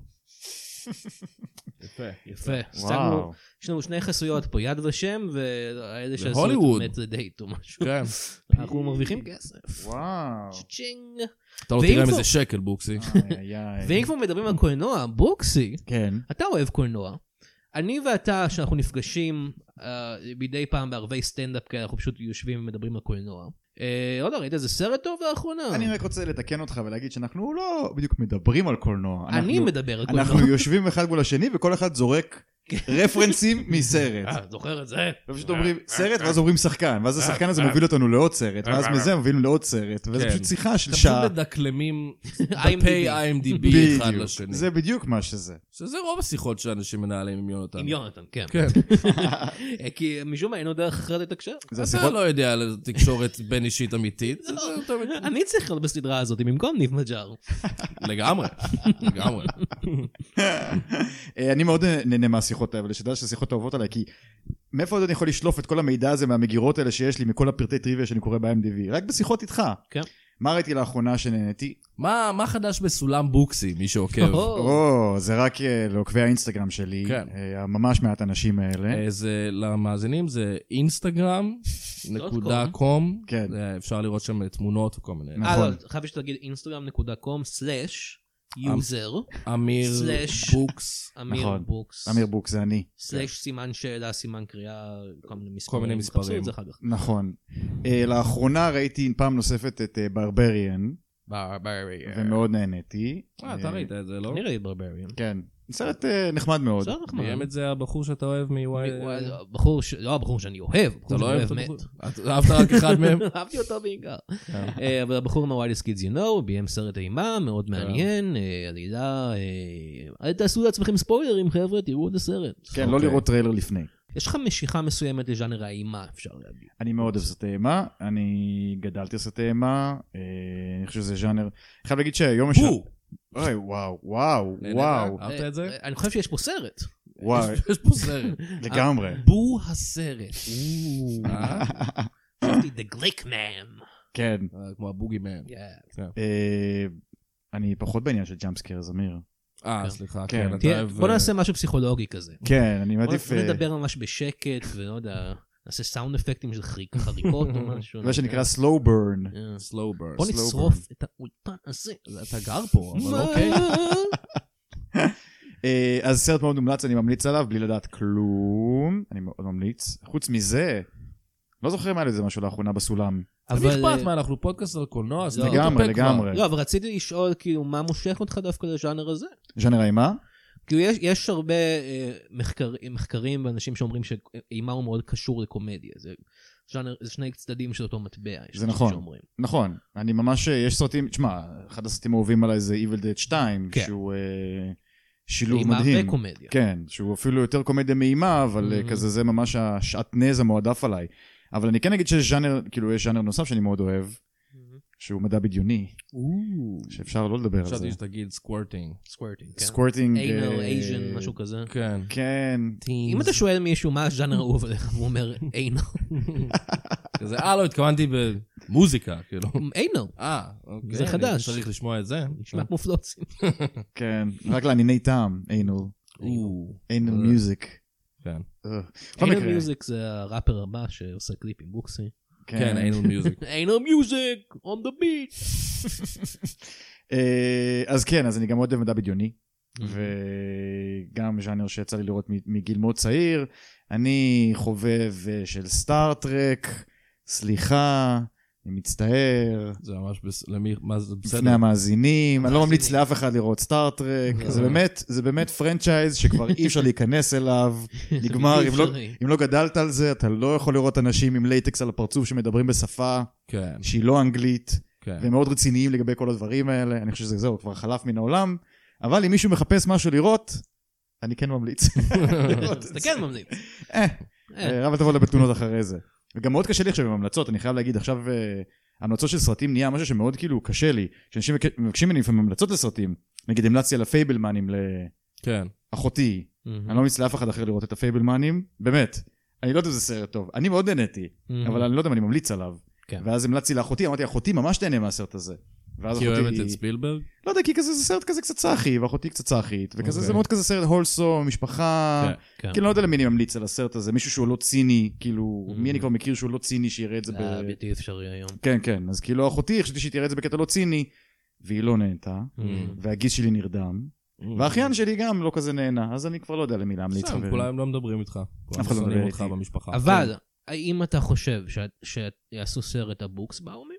יפה, יפה. וואו. יש לנו שני חסויות פה, יד ושם, והאלה שעשו את מת לדייט או משהו. כן. אנחנו מרוויחים כסף. וואו. צ'ינג. אתה לא תראה מזה שקל, בוקסי. ואם כבר מדברים על קולנוע, בוקסי, כן. אתה אוהב קולנוע. אני ואתה, שאנחנו נפגשים בידי פעם בערבי סטנדאפ כאלה, אנחנו פשוט יושבים ומדברים על קולנוע. לא יודע, ראית איזה סרט טוב לאחרונה? אני רק רוצה לתקן אותך ולהגיד שאנחנו לא בדיוק מדברים על קולנוע. אני מדבר על קולנוע. אנחנו יושבים אחד מול השני וכל אחד זורק רפרנסים מסרט. אה, זוכר את זה? ופשוט אומרים סרט ואז אומרים שחקן, ואז השחקן הזה מוביל אותנו לעוד סרט, ואז מזה מובילים לעוד סרט, וזה פשוט שיחה של שעה. אתה פשוט מדקלמים דפי איי אם די בי אחד לשני. זה בדיוק מה שזה. שזה רוב השיחות שאנשים מנהלים עם יונתן. עם יונתן, כן. כן. כי משום מה אין עוד דרך אחרת לתקשר. אתה לא יודע על תקשורת בין אישית אמיתית. אני צריך להיות בסדרה הזאת במקום ניב מג'אר. לגמרי, לגמרי. אני מאוד נהנה מהשיחות האלה, שדע שהשיחות האהובות עליי, כי מאיפה עוד אני יכול לשלוף את כל המידע הזה מהמגירות האלה שיש לי, מכל הפרטי טריוויה שאני קורא ב-איי אם די בי? רק בשיחות איתך. כן. מה ראיתי לאחרונה שנהניתי? מה, מה חדש בסולם בוקסי, מי שעוקב? או, זה רק לעוקבי האינסטגרם שלי, ממש מעט אנשים האלה. זה, למאזינים זה אינסטגרם נקודה קום, אפשר לראות שם תמונות וכל מיני. נכון. חייב שתגיד אינסטגרם נקודה קום סלש יוזר, אמיר בוקס. אמיר בוקס. אמיר בוקס, זה אני. סלש סימן שאלה, סימן קריאה, כל מיני מספרים. כל מיני מספרים. נכון. לאחרונה ראיתי פעם נוספת את ברבריאן. ברבריאן. ומאוד נהניתי. אה, אתה ראית את זה, לא? אני ראיתי ברבריאן. כן. סרט נחמד מאוד. סרט נחמד. ביים את זה הבחור שאתה אוהב מוואי... בחור, לא הבחור שאני אוהב. אתה לא אוהב? אהבת רק אחד מהם? אהבתי אותו בעיקר. אבל הבחור מ-Wildest Kids You Know, ביים סרט אימה, מאוד מעניין, עלילה, אל תעשו לעצמכם ספוילרים חבר'ה, תראו את הסרט. כן, לא לראות טריילר לפני. יש לך משיכה מסוימת לז'אנר האימה, אפשר להגיד. אני מאוד אוהב סרטי אימה, אני גדלתי סרטי אימה, אני חושב שזה ז'אנר, חייב להגיד שהיום יש... אוי, וואו, וואו, וואו. אהבת את זה? אני חושב שיש פה סרט. וואו. יש פה סרט. לגמרי. בו הסרט. The Glick Man. כן. כמו הבוגי מן. אני פחות בעניין של ג'אמפסקר, זמיר. אה, סליחה. בוא נעשה משהו פסיכולוגי כזה. כן, אני מעדיף... בוא נדבר ממש בשקט, ולא יודע... נעשה סאונד אפקטים של חריקות או משהו. זה שנקרא slow burn. slow burn. בוא נשרוף את האולפן הזה. אתה גר פה, אבל אוקיי. אז סרט מאוד מומלץ, אני ממליץ עליו, בלי לדעת כלום. אני מאוד ממליץ. חוץ מזה, לא זוכר מה לזה משהו לאחרונה בסולם. אבל אכפת מה, אנחנו פודקאסט על קולנוע. לגמרי, לגמרי. לא, אבל רציתי לשאול, כאילו, מה מושך אותך דווקא לז'אנר הזה? ז'אנר האימה? כאילו יש, יש הרבה אה, מחקר, מחקרים ואנשים שאומרים שאימה הוא מאוד קשור לקומדיה. זה, ז'אנר, זה שני צדדים של אותו מטבע. זה נכון, שאומרים. נכון. אני ממש, יש סרטים, תשמע, אחד הסרטים האהובים עליי זה Evil Dead שתיים, כן. שהוא אה, שילוב מדהים. אימה וקומדיה. כן, שהוא אפילו יותר קומדיה מאימה, אבל mm-hmm. כזה זה ממש השעטנז המועדף עליי. אבל אני כן אגיד שיש ז'אנר, כאילו יש ז'אנר נוסף שאני מאוד אוהב, שהוא מדע בדיוני, שאפשר לא לדבר על זה. חשבתי שתגיד סקוורטינג. סקוורטינג, כן. סקוורטינג. איינל, אייז'ן, משהו כזה. כן. כן. אם אתה שואל מישהו מה הז'אנר האהוב עליך, הוא אומר איינל. כזה, אה, לא, התכוונתי במוזיקה, כאילו. איינל. אה, אוקיי. זה חדש. אני צריך לשמוע את זה. נשמע כמו פלוצים. כן, רק לענייני טעם, איינל. איינל מיוזיק. כן. איינל מיוזיק זה הראפר הבא שעושה קליפ עם בוקסי. כן, anal music. anal music on the beach. אז כן, אז אני גם מאוד אוהב מדע בדיוני, וגם ז'אנר שיצא לי לראות מגיל מאוד צעיר. אני חובב של סטארטרק, סליחה, אני מצטער. זה ממש בסדר. לפני המאזינים, אני לא ממליץ לאף אחד לראות סטארטרק, זה באמת, זה באמת פרנצ'ייז שכבר אי אפשר להיכנס אליו, נגמר, אם לא גדלת על זה, אתה לא יכול לראות אנשים עם לייטקס על הפרצוף שמדברים בשפה שהיא לא אנגלית, והם מאוד רציניים לגבי כל הדברים האלה, אני חושב שזה זהו, כבר חלף מן העולם, אבל אם מישהו מחפש משהו לראות, אני כן ממליץ. אתה כן ממליץ. אה, אבל תבוא לבתלונות אחרי זה. וגם מאוד קשה לי עכשיו עם המלצות, אני חייב להגיד, עכשיו המלצות של סרטים נהיה משהו שמאוד כאילו קשה לי, שאנשים מבקשים ממני לפעמים המלצות לסרטים, נגיד המלצתי על הפייבלמנים לאחותי, אני לא ממליץ לאף אחד אחר לראות את הפייבלמנים, באמת, אני לא יודע אם זה סרט טוב, אני מאוד נהניתי, אבל אני לא יודע אם אני ממליץ עליו, ואז המלצתי לאחותי, אמרתי, אחותי ממש תהנה מהסרט הזה. כי אוהבת את ספילברג? לא יודע, כי כזה זה סרט כזה קצת צחי, ואחותי קצת צחית, וכזה זה מאוד כזה סרט הולסום, משפחה, כאילו לא יודע למי אני ממליץ על הסרט הזה, מישהו שהוא לא ציני, כאילו, מי אני כבר מכיר שהוא לא ציני, שיראה את זה ב... זה בלתי אפשרי היום. כן, כן, אז כאילו אחותי, חשבתי שהיא תראה את זה בקטע לא ציני, והיא לא נהנתה, והגיס שלי נרדם, והאחיין שלי גם לא כזה נהנה, אז אני כבר לא יודע למי להמליץ. כולם לא מדברים איתך, כולם שונאים אותך במשפחה. אבל, האם אתה חושב שיעשו סרט הבוקס באומי?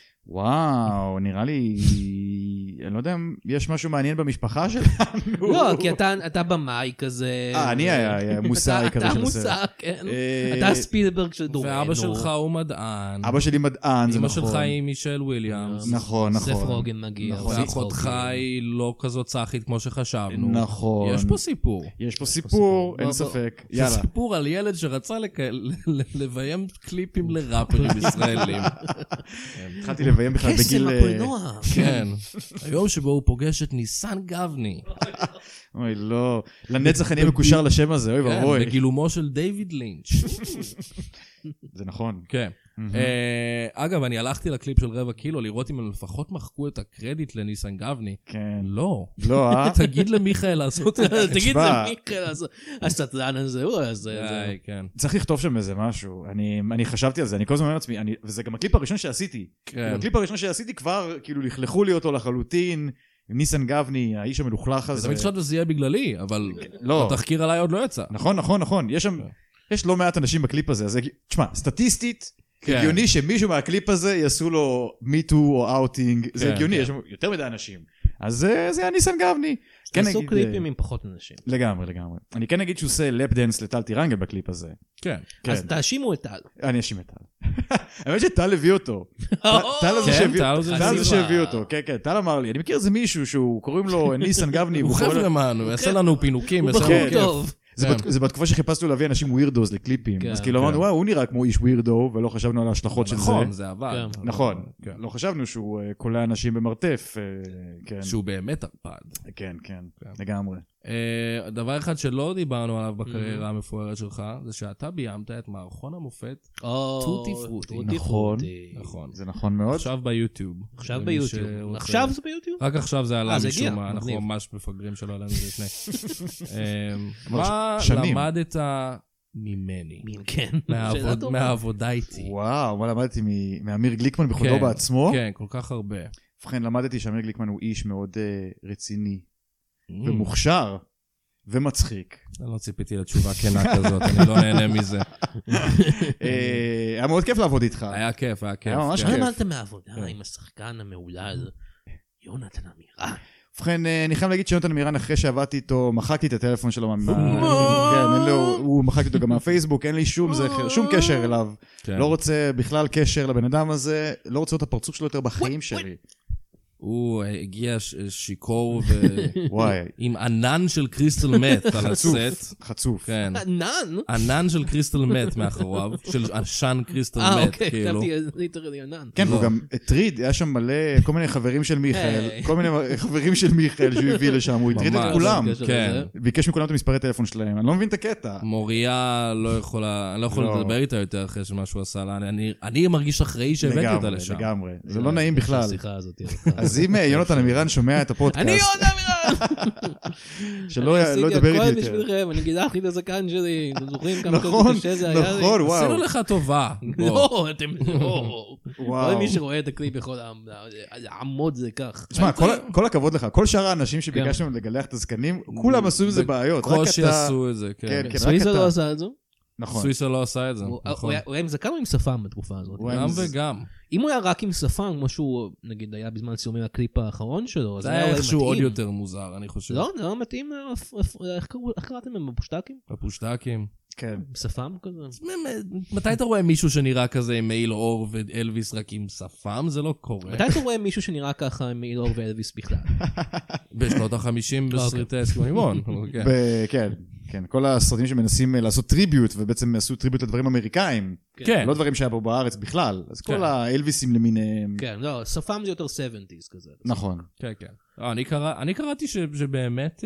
וואו, נראה לי, אני לא יודע אם יש משהו מעניין במשפחה שלנו. לא, כי אתה במאי כזה. אה, אני היה מוסאי כזה של הסרט. אתה מוסא, כן. אתה ספילברג של דורנו. ואבא שלך הוא מדען. אבא שלי מדען, זה נכון. אמא שלך היא מישל וויליאמס. נכון, נכון. סף רוגן מגיע. ואחותך היא לא כזאת צחית כמו שחשבנו. נכון. יש פה סיפור. יש פה סיפור, אין ספק. יאללה. זה סיפור על ילד שרצה לביים קליפים לראפרים ישראלים. התחלתי לביים בכלל בגיל... קסם הקולנוע. כן. היום שבו הוא פוגש את ניסן גבני. אוי, לא. לנצח אני מקושר לשם הזה, אוי ואבוי. בגילומו של דיוויד לינץ'. זה נכון. כן. אגב, אני הלכתי לקליפ של רבע קילו, לראות אם הם לפחות מחקו את הקרדיט לניסן גבני. כן. לא. לא, אה? תגיד למיכאל לעשות את זה. תגיד למיכאל לעשות. הסטלן הזה, הוא הזה. כן. צריך לכתוב שם איזה משהו. אני חשבתי על זה, אני כל הזמן אומר לעצמי, וזה גם הקליפ הראשון שעשיתי. הקליפ הראשון שעשיתי כבר, כאילו, לכלכו לי אותו לחלוטין. ניסן גבני, האיש המלוכלך הזה. תמיד חשבת שזה יהיה בגללי, אבל התחקיר עליי עוד לא יצא. נכון, נכון, נכון. יש שם, יש לא מעט אנשים בקליפ הזה. אז תשמע, סטטיסטית, הגיוני שמישהו מהקליפ הזה יעשו לו מיטו או אאוטינג. זה הגיוני, יש יותר מדי אנשים. אז זה היה ניסן גבני. עשו קליפים עם פחות אנשים. לגמרי, לגמרי. אני כן אגיד שהוא עושה לפ דנס לטל טירנגל בקליפ הזה. כן. אז תאשימו את טל. אני אשים את טל. האמת שטל הביא אותו. טל זה שהביא אותו. כן, כן, טל אמר לי, אני מכיר איזה מישהו שהוא קוראים לו ניסן גבני. הוא חבר'מן, הוא יעשה לנו פינוקים. הוא בחור טוב. זה בתקופה שחיפשנו להביא אנשים ווירדוז לקליפים, אז כאילו אמרנו, וואו, הוא נראה כמו איש ווירדו, ולא חשבנו על ההשלכות של זה. נכון, זה עבד. נכון, לא חשבנו שהוא קולע אנשים במרתף. שהוא באמת ערפד. כן, כן, לגמרי. דבר אחד שלא דיברנו עליו בקריירה המפוארת שלך, זה שאתה ביימת את מערכון המופת טוטי פרוטי. נכון, זה נכון מאוד. עכשיו ביוטיוב. עכשיו ביוטיוב. עכשיו זה ביוטיוב? רק עכשיו זה עלה משום מה, אנחנו ממש מפגרים שלא עלינו זה לפני. מה למדת ממני? כן. מהעבודה איתי. וואו, מה למדתי מאמיר גליקמן בכבודו בעצמו? כן, כל כך הרבה. ובכן, למדתי שאמיר גליקמן הוא איש מאוד רציני. ומוכשר, ומצחיק. אני לא ציפיתי לתשובה כנה כזאת, אני לא נהנה מזה. היה מאוד כיף לעבוד איתך. היה כיף, היה כיף. מה למדת מהעבודה עם השחקן המעולל, יונתן עמירן? ובכן, אני חייב להגיד שיונתן עמירן, אחרי שעבדתי איתו, מחקתי את הטלפון שלו. הוא מחקתי אותו גם מהפייסבוק, אין לי שום זכר, שום קשר אליו. לא רוצה בכלל קשר לבן אדם הזה, לא רוצה את הפרצוף שלו יותר בחיים שלי. הוא הגיע שיקור עם ענן של קריסטל מת על הסט. חצוף. ענן? ענן של קריסטל מת מאחוריו, של עשן קריסטל מת. אה, אוקיי, כתבתי ליטרלי ענן. כן, הוא גם הטריד, היה שם מלא, כל מיני חברים של מיכאל, כל מיני חברים של מיכאל שהוא הביא לשם, הוא הטריד את כולם. ביקש מכולם את המספרי טלפון שלהם, אני לא מבין את הקטע. מוריה לא יכולה, אני לא יכול לדבר איתה יותר אחרי שמה שהוא עשה לה, אני מרגיש אחראי שהבאתי אותה לשם. לגמרי, זה לא נעים בכלל. אז אם יונתן עמירן שומע את הפודקאסט... אני יונתן עמירן! שלא ידבר איתי יותר. בשבילכם, אני גידחתי את הזקן שלי, אתם זוכרים כמה נכון, קשה זה היה לי? נכון, וואו. עשינו לך טובה. לא, אתם לא. וואו. כל מי שרואה את הקליפ יכול לעמוד זה כך. תשמע, כל הכבוד לך, כל שאר האנשים שביקשנו לגלח את הזקנים, כולם עשו איזה בעיות. קושי עשו את זה, כן. סוויסה לא עשה את זה? נכון. סוויסה לא עשה את זה, הוא נכון. היה עם זקן או עם שפם בתקופה הזאת? גם וגם. אם הוא היה רק עם שפם, כמו שהוא, נגיד, היה בזמן צילומים הקליפ האחרון שלו, זה היה איכשהו עוד יותר מוזר, אני חושב. לא, זה לא מתאים, איך קראתם הם בפושטקים? בפושטקים. כן. שפם כזה? מתי אתה רואה מישהו שנראה כזה עם מעיל אור ואלוויס רק עם שפם? זה לא קורה. מתי אתה רואה מישהו שנראה ככה עם מעיל אור ואלוויס בכלל? בשנות החמישים בסרטי אסקימונימון. כן, כן. כל הסרטים שמנסים לעשות טריביוט, ובעצם עשו טריביוט לדברים אמריקאים. כן. לא דברים שהיה פה בארץ בכלל. אז כל האלוויסים למיניהם. כן, לא, שפם זה יותר שבעים כזה. נכון. כן, כן. אני קראתי שבאמת...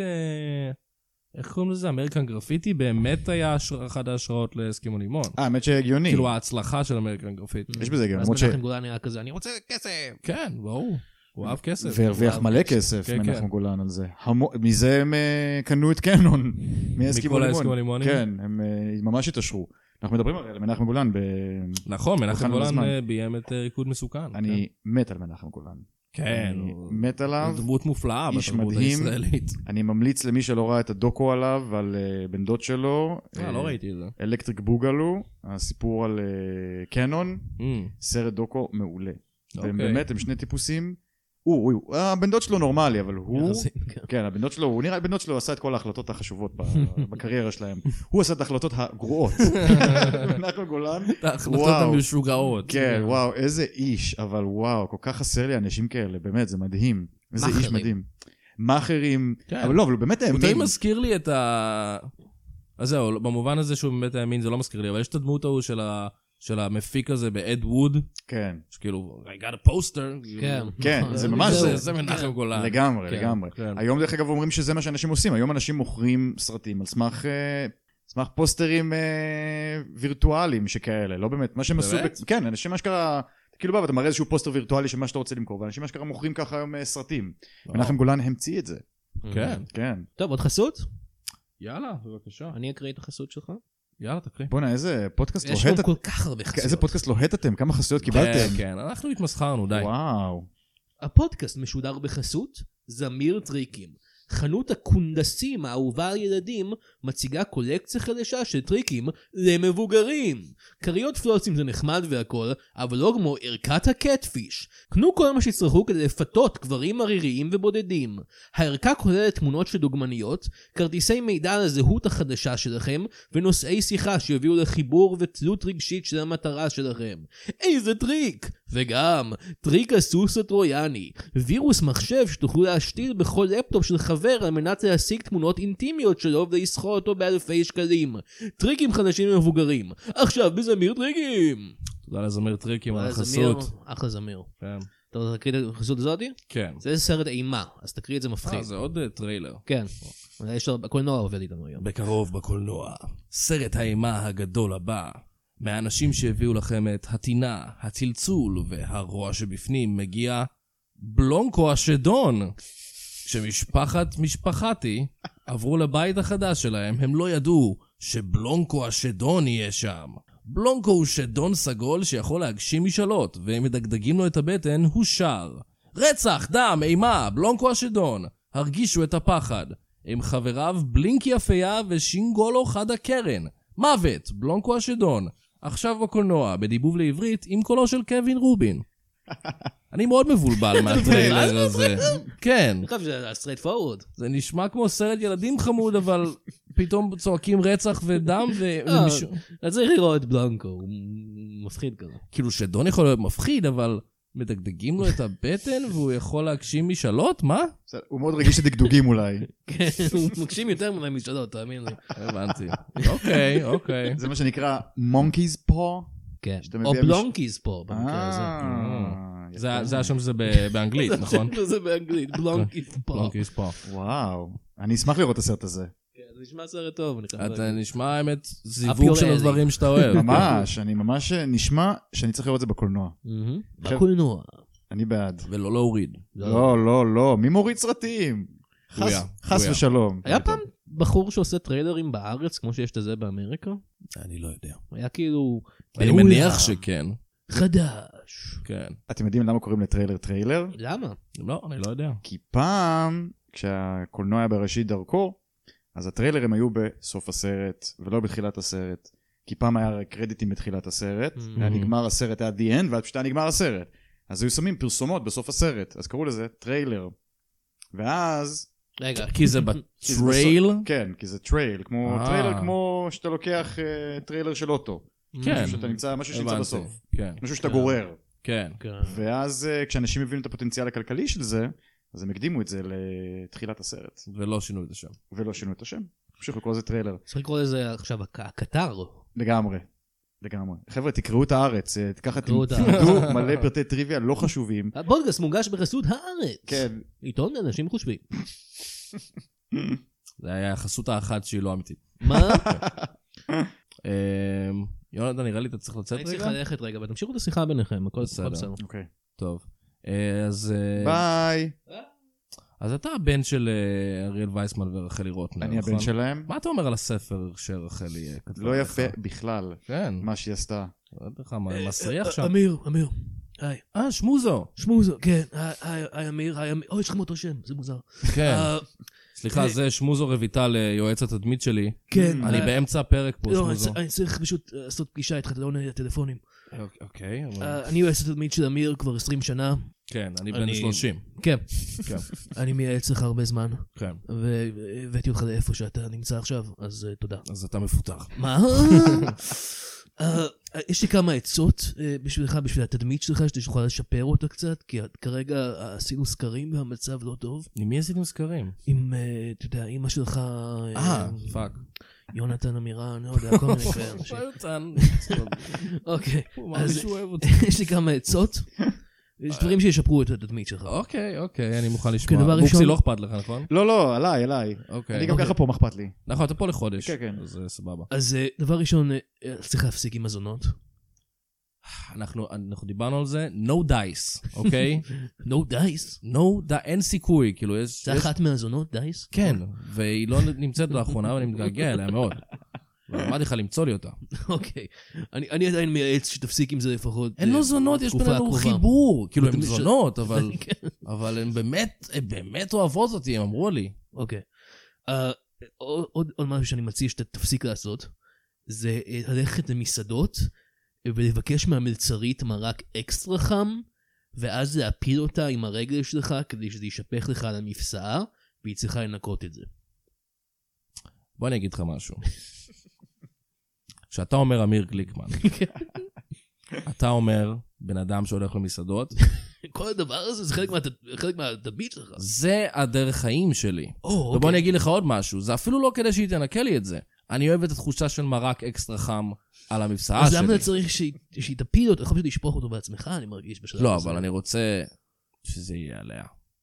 איך קוראים לזה? אמריקן גרפיטי באמת היה אחת ההשראות לאסקימונימון. אה, האמת שהגיוני. כאילו ההצלחה של אמריקן גרפיטי. יש בזה גם. אז מנחם גולן היה כזה, אני רוצה כסף. כן, ברור. הוא אהב כסף. והרוויח מלא כסף מנחם גולן על זה. מזה הם קנו את קנון. מכל האסקימונימונים? כן, הם ממש התעשרו. אנחנו מדברים על מנחם גולן. נכון, מנחם גולן ביים את ריקוד מסוכן. אני מת על מנחם גולן. כן, מת עליו. דמות מופלאה בתרבות הישראלית. אני ממליץ למי שלא ראה את הדוקו עליו, על בן דוד שלו. אה, לא ראיתי את זה. אלקטריק בוגלו, הסיפור על קנון, סרט דוקו מעולה. והם באמת, הם שני טיפוסים. הוא, הוא, הבן דוד שלו נורמלי, אבל הוא... כן, הבן דוד שלו, הוא נראה, הבן דוד שלו עשה את כל ההחלטות החשובות בקריירה שלהם. הוא עשה את ההחלטות הגרועות. מנחם גולן. את ההחלטות המשוגעות. כן, וואו, איזה איש, אבל וואו, כל כך חסר לי אנשים כאלה, באמת, זה מדהים. איזה איש מדהים. מאחרים, אבל לא, אבל הוא באמת האמין. הוא די מזכיר לי את ה... אז זהו, במובן הזה שהוא באמת האמין, זה לא מזכיר לי, אבל יש את הדמות ההוא של ה... של המפיק הזה באד ווד. כן. שכאילו, I got a poster. כן. כן, זה ממש זה. זה מנחם גולן. לגמרי, לגמרי. היום דרך אגב אומרים שזה מה שאנשים עושים. היום אנשים מוכרים סרטים על סמך, סמך פוסטרים וירטואליים שכאלה. לא באמת, מה שהם עשו... כן, אנשים אשכרה... כאילו בא, ואתה מראה איזשהו פוסטר וירטואלי של מה שאתה רוצה למכור, ואנשים אשכרה מוכרים ככה היום סרטים. מנחם גולן המציא את זה. כן. כן. טוב, עוד חסות? יאללה, בבקשה. אני אקריא את החסות שלך. יאללה, תקריא. בוא'נה, איזה פודקאסט לוהט... יש לנו כל כך הרבה חסויות. איזה פודקאסט לוהט אתם? כמה חסויות קיבלתם? כן, כן, אנחנו התמסחרנו, די. וואו. הפודקאסט משודר בחסות זמיר טריקים. חנות הקונדסים האהובה על ילדים מציגה קולקציה חדשה של טריקים למבוגרים. כריות פלוצים זה נחמד והכל, אבל לא כמו ערכת הקטפיש. קנו כל מה שצריכו כדי לפתות גברים עריריים ובודדים. הערכה כוללת תמונות של דוגמניות, כרטיסי מידע על הזהות החדשה שלכם, ונושאי שיחה שיביאו לחיבור ותלות רגשית של המטרה שלכם. איזה טריק! וגם טריק הסוס הטרויאני, וירוס מחשב שתוכלו להשתיל בכל לפטופ של חבר על מנת להשיג תמונות אינטימיות שלו ולסחור אותו באלפי שקלים. טריקים חדשים למבוגרים, עכשיו בזמיר טריקים. תודה לזמיר טריקים על החסות. אחלה זמיר. כן. אתה רוצה להקריא את החסות הזאת? כן. זה סרט אימה, אז תקריא את זה מפחיד. אה, זה עוד טריילר. כן. הקולנוע עובד איתנו היום. בקרוב בקולנוע. סרט האימה הגדול הבא. מהאנשים שהביאו לכם את הטינה, הצלצול והרוע שבפנים מגיע בלונקו השדון. כשמשפחת משפחתי עברו לבית החדש שלהם, הם לא ידעו שבלונקו השדון יהיה שם. בלונקו הוא שדון סגול שיכול להגשים משאלות, והם מדגדגים לו את הבטן, הוא שר. רצח, דם, אימה, בלונקו השדון. הרגישו את הפחד. עם חבריו בלינקי הפייה ושינגולו חד הקרן. מוות, בלונקו השדון. עכשיו בקולנוע, בדיבוב לעברית, עם קולו של קווין רובין. אני מאוד מבולבל מהטריילר הזה. כן. אני חושב שזה סטרייט פורוורד. זה נשמע כמו סרט ילדים חמוד, אבל פתאום צועקים רצח ודם ו... אתה צריך לראות את בלונקו, הוא מפחיד כזה. כאילו שדון יכול להיות מפחיד, אבל מדגדגים לו את הבטן והוא יכול להגשים משאלות? מה? הוא מאוד רגיש לדגדוגים אולי. כן, הוא מגשים יותר מדי משאלות, תאמין לי. הבנתי. אוקיי, אוקיי. זה מה שנקרא מונקיז פו. כן, או בלונקיז פה במקרה הזה. זה השם שזה באנגלית, נכון? זה באנגלית, בלונקיז פה. בלונקיז פה. וואו, אני אשמח לראות את הסרט הזה. כן, זה נשמע סרט טוב. אתה נשמע האמת זיווג של הדברים שאתה אוהב. ממש, אני ממש נשמע שאני צריך לראות את זה בקולנוע. בקולנוע. אני בעד. ולא להוריד. לא, לא, לא, מי מוריד סרטים? חס ושלום. היה פעם בחור שעושה טריילרים בארץ, כמו שיש את זה באמריקה? אני לא יודע. היה כאילו... אני מניח שכן. חדש. כן. אתם יודעים למה קוראים לטריילר טריילר? למה? לא, אני לא יודע. כי פעם, כשהקולנוע היה בראשית דרכו, אז הטריילרים היו בסוף הסרט, ולא בתחילת הסרט. כי פעם היה קרדיטים בתחילת הסרט, היה נגמר הסרט, היה the end, ואז פשוט היה נגמר הסרט. אז היו שמים פרסומות בסוף הסרט, אז קראו לזה טריילר. ואז... רגע, כי זה בטרייל? כן, כי זה טרייל, כמו טריילר כמו שאתה לוקח טריילר של אוטו. כן. שאתה נמצא, משהו שנמצא בסוף. כן. משהו שאתה גורר. כן. ואז כשאנשים הבינו את הפוטנציאל הכלכלי של זה, אז הם הקדימו את זה לתחילת הסרט. ולא שינו את השם. ולא שינו את השם. פשוט לקרוא לזה טריילר. צריך לקרוא לזה עכשיו הקטר. לגמרי. לגמרי. חבר'ה, תקראו את הארץ. ככה תמדו מלא פרטי טריוויה לא חשובים. הפודקאסט מונגש בחסות הארץ. כן. עיתון אנשים חושבים. זה היה חסות האחת שהיא לא אמיתית. מה? יונתן, נראה לי אתה צריך לצאת רגע? אני צריך ללכת רגע, ותמשיכו את השיחה ביניכם, הכל בסדר. אוקיי. טוב. אז... ביי. אז אתה הבן של אריאל וייסמן ורחלי רוטנר, אני הבן שלהם. מה אתה אומר על הספר שרחלי כתבה? לא יפה בכלל. כן. מה שהיא עשתה. לא יודע לך, מה מסריח שם? אמיר, אמיר. היי. אה, שמוזו. שמוזו, כן. היי, אמיר, היי, אמיר. אוי, יש לך מאותו שם, זה מוזר. כן. סליחה, זה שמוזו רויטל, יועץ התדמית שלי. כן. אני באמצע הפרק פה, שמוזו. אני צריך פשוט לעשות פגישה איתך, אתה לא עונה לי הטלפונים. אוקיי. אני יועץ התדמית של אמיר כבר עשרים שנה. כן, אני בן שלושים. כן. אני מייעץ לך הרבה זמן. כן. והבאתי אותך לאיפה שאתה נמצא עכשיו, אז תודה. אז אתה מפותח. מה? יש לי כמה עצות בשבילך, בשביל התדמית שלך, שתוכל לשפר אותה קצת, כי כרגע עשינו סקרים והמצב לא טוב. עם מי עשינו סקרים? עם, אתה יודע, אמא שלך... אה, פאק. יונתן אמירן, לא יודע, כל מיני כאלה אנשים. יונתן. אוקיי, אז יש לי כמה עצות. יש דברים שישפרו את התדמית שלך. אוקיי, אוקיי, אני מוכן לשמוע. בוקסי לא אכפת לך, נכון? לא, לא, עליי, עליי. אני גם ככה פה, מה אכפת לי? נכון, אתה פה לחודש. כן, כן. אז סבבה. אז דבר ראשון, צריך להפסיק עם מזונות. אנחנו דיברנו על זה, no dice, אוקיי? no dice? no, אין סיכוי, כאילו יש... זה אחת מהזונות, dice? כן, והיא לא נמצאת לאחרונה, ואני מתגעגע אליה מאוד. ואמרתי לך למצוא לי אותה. אוקיי. אני עדיין מייעץ שתפסיק עם זה לפחות. אין לו זונות, יש בינינו חיבור. כאילו, הן זונות, אבל הן באמת, הן באמת אוהבות אותי, הם אמרו לי. אוקיי. עוד משהו שאני מציע שאתה תפסיק לעשות, זה ללכת למסעדות, ולבקש מהמלצרית מרק אקסטרה חם, ואז להפיל אותה עם הרגל שלך, כדי שזה יישפך לך על המפסעה, והיא צריכה לנקות את זה. בוא אני אגיד לך משהו. כשאתה אומר אמיר גליקמן, אתה אומר בן אדם שהולך למסעדות, כל הדבר הזה זה חלק מהתדמית שלך. זה הדרך חיים שלי. ובוא אני אגיד לך עוד משהו, זה אפילו לא כדי שהיא תנקה לי את זה. אני אוהב את התחושה של מרק אקסטרה חם על המפסעה שלי. אז למה אתה צריך שהיא תפיל אותו? יכול להיות לשפוך אותו בעצמך, אני מרגיש בשלב הזה. לא, אבל אני רוצה שזה יהיה עליה.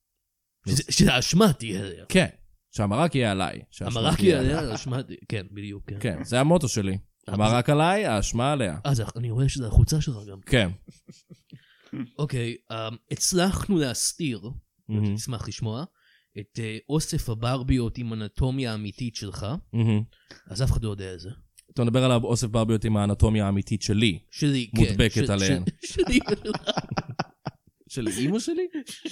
שהאשמה תהיה עליה. כן, שהמרק יהיה עליי. המרק יהיה עליה, האשמה, כן, בדיוק. כן, זה המוטו שלי. המרק עליי, האשמה עליה. אז אני רואה שזה החולצה שלך גם. כן. אוקיי, הצלחנו להסתיר, נשמח לשמוע, את אוסף הברביות עם אנטומיה האמיתית שלך, אז אף אחד לא יודע את זה. אתה מדבר על אוסף ברביות עם האנטומיה האמיתית שלי. שלי, כן. מודבקת עליהן. שלי. של אימא שלי?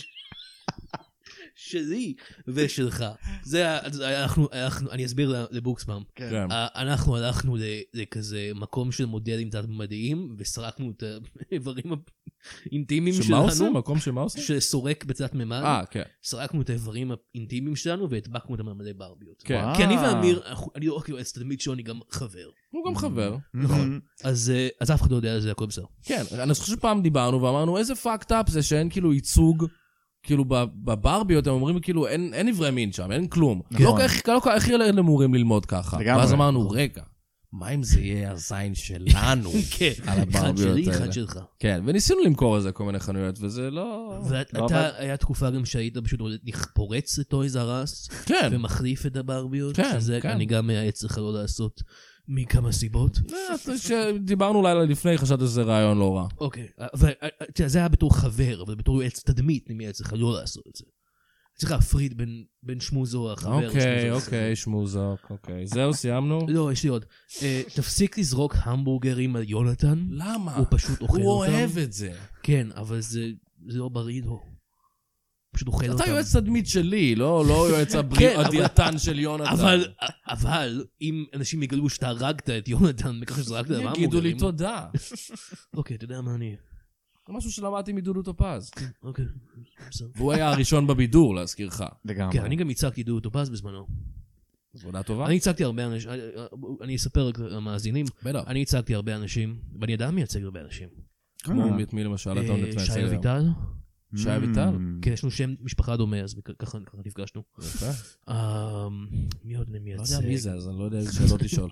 שלי ושלך. זה, אנחנו, אני אסביר לבוקסבאם. אנחנו הלכנו לכזה מקום של מודלים תת-ממדיים, וסרקנו את האיברים האינטימיים שלנו. שמה עושה? מקום שמה עושה? שסורק בצד ממד. אה, כן. סרקנו את האיברים האינטימיים שלנו, והדבקנו אותם למלא ברביות. כי אני ואמיר, אני לא רק יועץ תדמית שלו, אני גם חבר. הוא גם חבר. נכון. אז אף אחד לא יודע על זה, הכל בסדר. כן, אני חושב שפעם דיברנו ואמרנו, איזה fucked up זה שאין כאילו ייצוג, כאילו בברביות הם אומרים כאילו אין עברי מין שם, אין כלום. איך ילד אמורים ללמוד ככה? ואז אמרנו, רגע, מה אם זה יהיה הזין שלנו על הברביות האלה? אחד שלי, אחד שלך. כן, וניסינו למכור את זה כל מיני חנויות, וזה לא... ואתה, היה תקופה גם שהיית פשוט פורץ לטויז אר אס, ומחליף את הברביות, שזה אני גם מייעץ לך לא לעשות מכמה סיבות. כשדיברנו לילה לפני, חשבתי שזה רעיון לא רע. אוקיי, זה היה בתור חבר, אבל בתור יועץ תדמית, אני מייעץ לך לא לעשות את זה. צריך להפריד בין, בין שמוזו החבר. אוקיי, אוקיי, שמוזו, אוקיי. זהו, סיימנו? לא, יש לי עוד. אה, תפסיק לזרוק המבורגרים על יונתן. למה? הוא פשוט אוכל אותם. הוא אוהב את זה. כן, אבל זה, זה לא בריא לו. פשוט אוכל אותם. אתה יועץ תדמית שלי, לא, לא יועץ הדיאטן של יונתן. אבל, אבל, אם אנשים יגלו שאתה הרגת את יונתן, מכך שזרקת על המבורגרים. יגידו לי תודה. אוקיי, אתה יודע מה אני... זה משהו שלמדתי מדודו טופז. אוקיי. והוא היה הראשון בבידור, להזכירך. לגמרי. כן, אני גם הצגתי דודו טופז בזמנו. עבודה טובה. אני הצגתי הרבה אנשים, אני אספר למאזינים, אני הצגתי הרבה אנשים, ואני עדיין מייצג הרבה אנשים. כמו מי למשל אתה עומד לייצג. שי אביטל. שי אביטל? כן, יש לנו שם משפחה דומה, אז ככה נפגשנו. יפה. מי עוד אני מייצג? לא יודע מי זה, אז אני לא יודע איזה שאלות לשאול.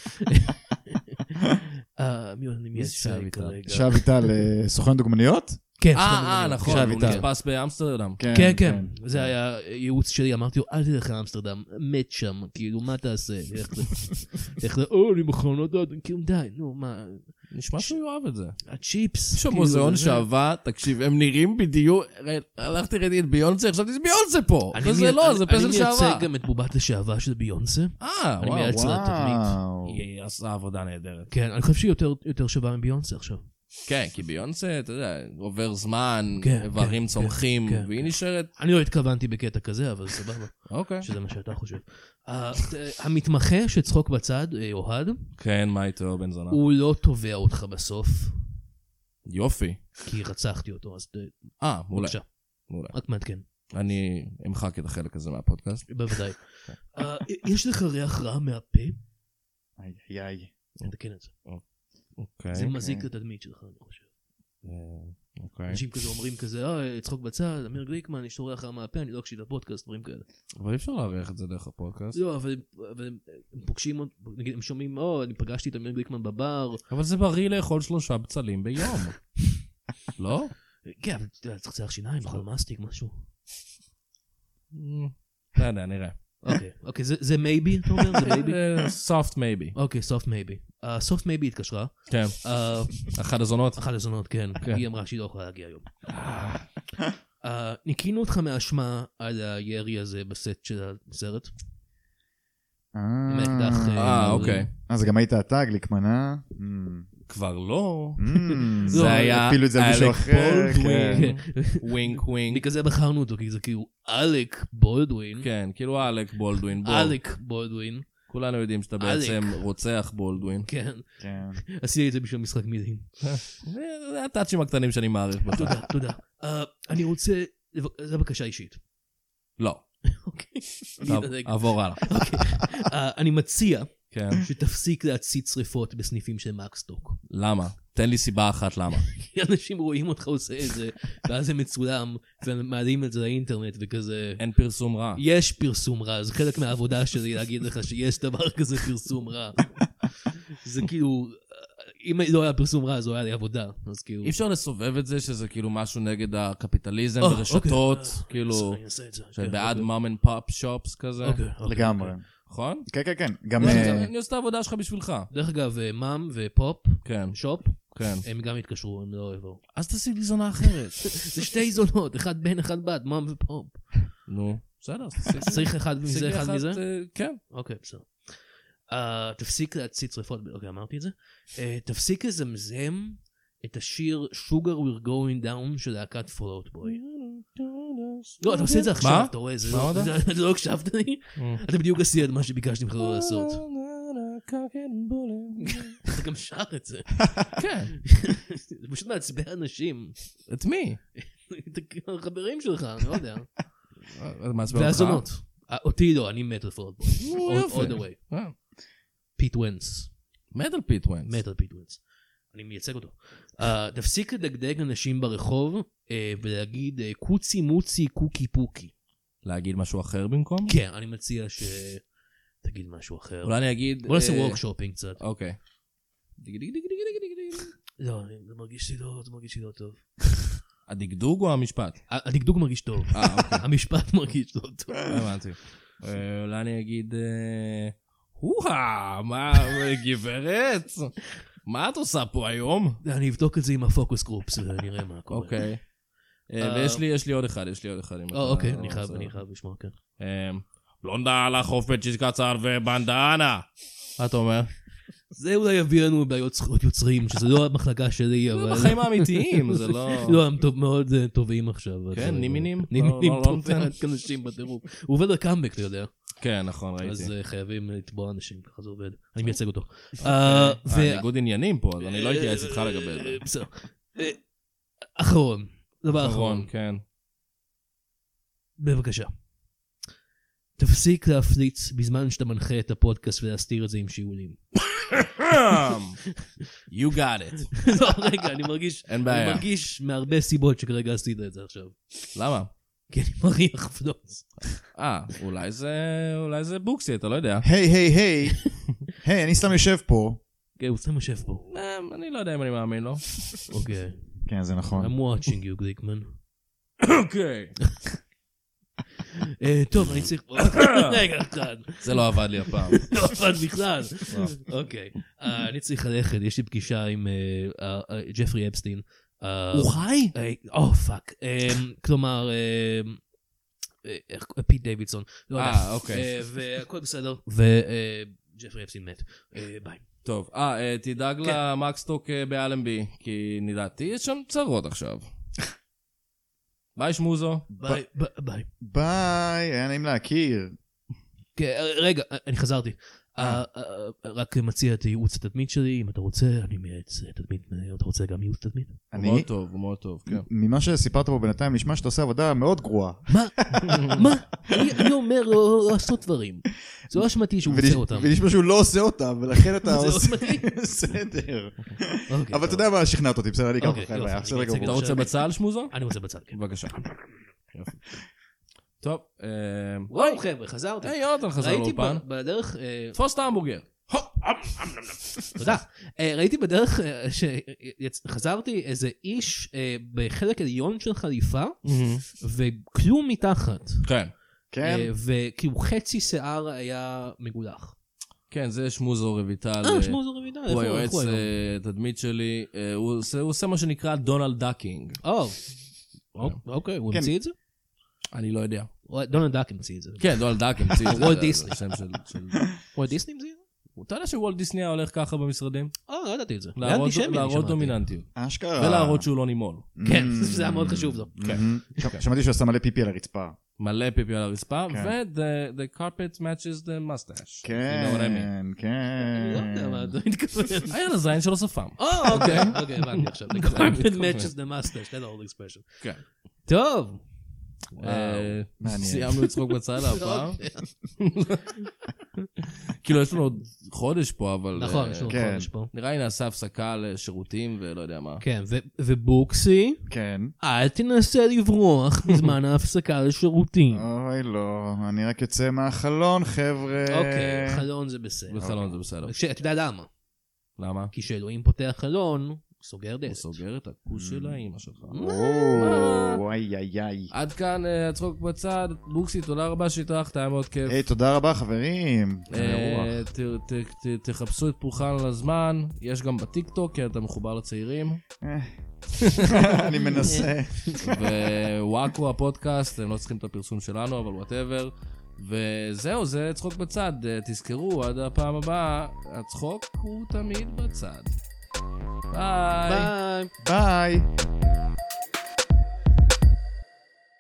מי עוד אני מייצג כרגע? שי אביטל, סוכן דוגמניות? כן, אה, נכון, הוא נתפס באמסטרדם. כן, כן, זה היה ייעוץ שלי, אמרתי לו, אל תלך לאמסטרדם, מת שם, כאילו, מה תעשה? איך זה, או, אני מוכן לדעת, כאילו, די, נו, מה... נשמע שהוא יאהב את זה. הצ'יפס. יש שם מוזיאון שעבה, תקשיב, הם נראים בדיוק, הלכתי ראיתי את ביונסה, חשבתי, זה ביונסה פה. וזה לא, זה פסל שעבה. אני מייצג גם את בובת לשעבה של ביונסה. אה, וואו. אני מייעץ לה תוכנית. היא עשה עבודה נהדרת. כן, אני חושב שהיא יותר שווה מביונסה עכשיו. כן, כי ביונסה, אתה יודע, עובר זמן, כן, איברים כן, צומחים, כן, והיא כן. נשארת... אני לא התכוונתי בקטע כזה, אבל סבבה. אוקיי. שזה מה שאתה חושב. אה, המתמחה שצחוק בצד, אה, אוהד, כן, מה איתו, בן זונה? הוא לא תובע אותך בסוף, יופי. כי רצחתי אותו, אז ת- אה, מעולה. בבקשה, מעולה. רק מעדכן, אני אמחק את החלק הזה מהפודקאסט. בוודאי. אה, יש לך ריח רע מהפה? איי, איי, איי. נתקן את זה. אוקיי. זה מזיק לתדמית שלך, אני חושב. אה, אוקיי. אנשים כזה אומרים כזה, אה, צחוק בצד, אמיר גליקמן, יש לו ריח רע מהפה, אני לא אקשיב לפודקאסט, דברים כאלה. אבל אי אפשר להריח את זה דרך הפודקאסט. לא, אבל אבל הם פוגשים, נגיד, הם שומעים, או, אני פגשתי את אמיר גליקמן בבר. אבל זה בריא לאכול שלושה בצלים ביום. לא? כן, אבל אתה יודע, צריך לצייר שיניים, לאכול מסטיק, משהו. לא יודע, נראה. אוקיי, אוקיי, זה- זה מייבי, אתה אומר? זה מייבי? soft maybe. אוקיי, סופט מייבי. סופט מייבי התקשרה. כן. אה, אחת הזונות. אחת הזונות, כן. כן. היא אמרה שהיא לא יכולה להגיע היום. אה, ניקינו אותך מהאשמה על הירי הזה בסט של הסרט. עם האקדח, אה, אוקיי. אז גם היית אתה, גליקמן, אה? כבר לא. זה היה הפילו את זה על מישהו אלק אחר. בולדווין. כן. ווינק ווינק. בגלל זה בחרנו אותו, כי זה כאילו אלק בולדווין. כן, כאילו אלק בולדווין. בוא. אלק בולדווין. כולנו יודעים שאתה אלק. בעצם רוצח בולדווין. כן. כן. עשיתי את זה בשביל משחק מילים. זה הטאצ'ים הקטנים שאני מעריך בך. תודה, תודה. אה, אני רוצה... זו בקשה אישית. לא. אוקיי. טוב, עבור הלאה. אוקיי. אה, אני מציע כן. שתפסיק להצית שריפות בסניפים של מקסטוק. למה? תן לי סיבה אחת למה. כי אנשים רואים אותך עושה את זה, ואז זה מצולם, ומעלים את זה לאינטרנט וכזה... אין פרסום רע. יש פרסום רע, זה חלק מהעבודה שלי להגיד לך שיש דבר כזה פרסום רע. זה כאילו... אם לא היה פרסום רע, אז לא היה לי עבודה, אז כאילו... אי אפשר לסובב את זה שזה כאילו משהו נגד הקפיטליזם אה, ורשתות, אוקיי. כאילו, אני אעשה את זה. שבעד אוקיי. mom and pop shops כזה. אוקיי, אוקיי, לגמרי. אוקיי. נכון? כן, כן, כן. גם... לא, אה, אני עושה את העבודה שלך בשבילך. דרך אגב, מאם ופופ, כן, שופ, כן. הם גם התקשרו, הם לא אוהבו. אז תשים לי זונה אחרת. זה שתי זונות, אחד בן, אחד בת, מאם ופופ. נו, בסדר. אז תשיג- צריך אחד מזה, תשיג לי אחד אחת, מזה? אה, כן. אוקיי, בסדר. אה, תפסיק להציץ שריפות, אוקיי, אמרתי את זה. אה, תפסיק לזמזם את השיר Sugar We're Going Down של להקת Fall Out Boy. לא, אתה עושה את זה עכשיו, מה? אתה רואה, זה מה לא- עוד? אתה לא הקשבת לי? אתה בדיוק עשית את מה שביקשתי ממך לא לעשות. אתה גם שר את זה. כן. זה פשוט מעצבן אנשים. את מי? את החברים שלך, אני לא יודע. אז מעצבן אותך? והזונות. אה, אותי לא, אני מת על Fall Out Boy. נו, All- יופי. all the way. אה, פיט ונס. מת על פיט ונס. מת על פיט ונס. אני מייצג אותו. אה, תפסיק לדגדג אנשים ברחוב אה, ולהגיד אה, קוצי מוצי קוקי פוקי. להגיד משהו אחר במקום? כן, אני מציע ש... תגיד משהו אחר. אולי אני אגיד... בוא נעשה אה, וורקשופינג קצת. אוקיי. דיג דיג דיג דיג דיג דיג דיג. לא, אני- זה מרגיש לי לא, זה מרגיש לי לא טוב. הדגדוג או המשפט? ה- הדגדוג מרגיש טוב. אה, אוקיי. המשפט מרגיש לא טוב. הבנתי. אה, אולי אני אגיד... אה, וואה, מה, גברת? מה את עושה פה היום? אני אבדוק את זה עם הפוקוס גרופס ונראה מה קורה. אוקיי. ויש לי, יש לי עוד אחד, יש לי עוד אחד. אוקיי, אני חייב, אני חייב לשמוע, כן. בלונדה על החוף בצ'יס קצר ובנדנה. מה אתה אומר? זה אולי יביא לנו בעיות זכויות יוצרים, שזה לא המחלקה שלי, אבל... זה בחיים האמיתיים, זה לא... לא, הם מאוד טובים עכשיו. כן, נימינים? נימינים טובים, אנשים בטירוף. הוא עובד על קאמבק, אתה יודע. כן, נכון, ראיתי. אז חייבים לתבוע אנשים, ככה זה עובד. אני מייצג אותו. ניגוד עניינים פה, אז אני לא הייתי איתך לגבי זה. בסדר. אחרון. דבר אחרון. כן. בבקשה. תפסיק להפליץ בזמן שאתה מנחה את הפודקאסט ולהסתיר את זה עם שיעולים. You got it. לא, רגע, אני מרגיש, אני מרגיש מהרבה סיבות שכרגע עשית את זה עכשיו. למה? כי אני מריח פלוץ. אה, אולי זה, אולי זה בוקסי, אתה לא יודע. היי, היי, היי. היי, אני סתם יושב פה. כן, הוא סתם יושב פה. אני לא יודע אם אני מאמין לו. אוקיי. כן, זה נכון. I'm watching you, גליקמן. אוקיי. טוב, אני צריך... רגע, אחד. זה לא עבד לי הפעם. לא עבד בכלל. אוקיי. אני צריך ללכת, יש לי פגישה עם ג'פרי אפסטין. הוא חי? או, פאק. כלומר, פיט דיווידסון. אה, אוקיי. והכל בסדר. וג'פרי אפסטין מת. ביי. טוב, אה, תדאג למקסטוק באלנבי, כי נדעתי, יש שם צרות עכשיו. ביי שמוזו. ביי, ביי. ביי, היה נעים להכיר. רגע, אני חזרתי. רק מציע את ייעוץ התדמית שלי, אם אתה רוצה, אני מייעץ תדמית, אתה רוצה גם ייעוץ תדמית? הוא מאוד טוב, הוא מאוד טוב, כן. ממה שסיפרת פה בינתיים, נשמע שאתה עושה עבודה מאוד גרועה. מה? מה? אני אומר לא לעשות דברים. זה לא אשמתי שהוא עושה אותם. ונשמע שהוא לא עושה אותם, ולכן אתה עושה... זה לא אשמתי? בסדר. אבל אתה יודע מה, שכנעת אותי, בסדר, אני אקח לך בעיה. אתה רוצה בצל שמוזו? אני רוצה בצל, כן. בבקשה. טוב. וואו חבר'ה, חזרתי. היי, יונתן חזר לאופן. ראיתי בדרך... תפוס את ההמבורגר. תודה. ראיתי בדרך שחזרתי איזה איש בחלק עליון של חליפה, וכלום מתחת. כן. כן. וכאילו חצי שיער היה מגולח. כן, זה שמוזו רויטל. אה, שמוזו רויטל. הוא היועץ תדמית שלי. הוא עושה מה שנקרא דונלד דאקינג. או, אוקיי, הוא המציא את זה? אני לא יודע. דונלד דאק המציא את זה. כן, דונלד דאק המציא את זה. וולט דיסני. וולט דיסני המציא את זה? אתה יודע שוולט דיסני היה הולך ככה במשרדים? אה, לא ידעתי את זה. להראות דומיננטיות. אשכרה. ולהראות שהוא לא נימול. כן, זה היה מאוד חשוב זו. שמעתי שהוא עשה מלא פיפי על הרצפה. מלא פיפי על הרצפה, ו-the carpet matches the mustache. כן, כן. אני לא יודע מה אתה מתכוון. היה לזין שלו שפם. אה, אוקיי, אוקיי, הבנתי עכשיו. The carpet matches the mustache, that's all expression. כן. טוב. סיימנו לצחוק בצד הפעם. כאילו יש לנו עוד חודש פה, אבל... נכון, יש לנו חודש פה. נראה לי נעשה הפסקה לשירותים ולא יודע מה. כן, ובוקסי, כן. אל תנסה לברוח בזמן ההפסקה לשירותים. אוי לא, אני רק יוצא מהחלון חבר'ה. אוקיי, חלון זה בסדר. בחלון זה בסדר. אתה יודע למה? למה? כי שאלוהים פותח חלון, סוגר דלת. הוא סוגר את הכוס של האמא שלך. וואי איי איי. עד כאן הצחוק בצד. בוקסי, תודה רבה שהתארחת, היה מאוד כיף. היי, תודה רבה חברים. תחפשו את פולחן על הזמן, יש גם בטיק טוק, כי אתה מחובר לצעירים. אני מנסה. ווואקו הפודקאסט, הם לא צריכים את הפרסום שלנו, אבל וואטאבר. וזהו, זה צחוק בצד. תזכרו, עד הפעם הבאה, הצחוק הוא תמיד בצד. ביי. ביי. ביי.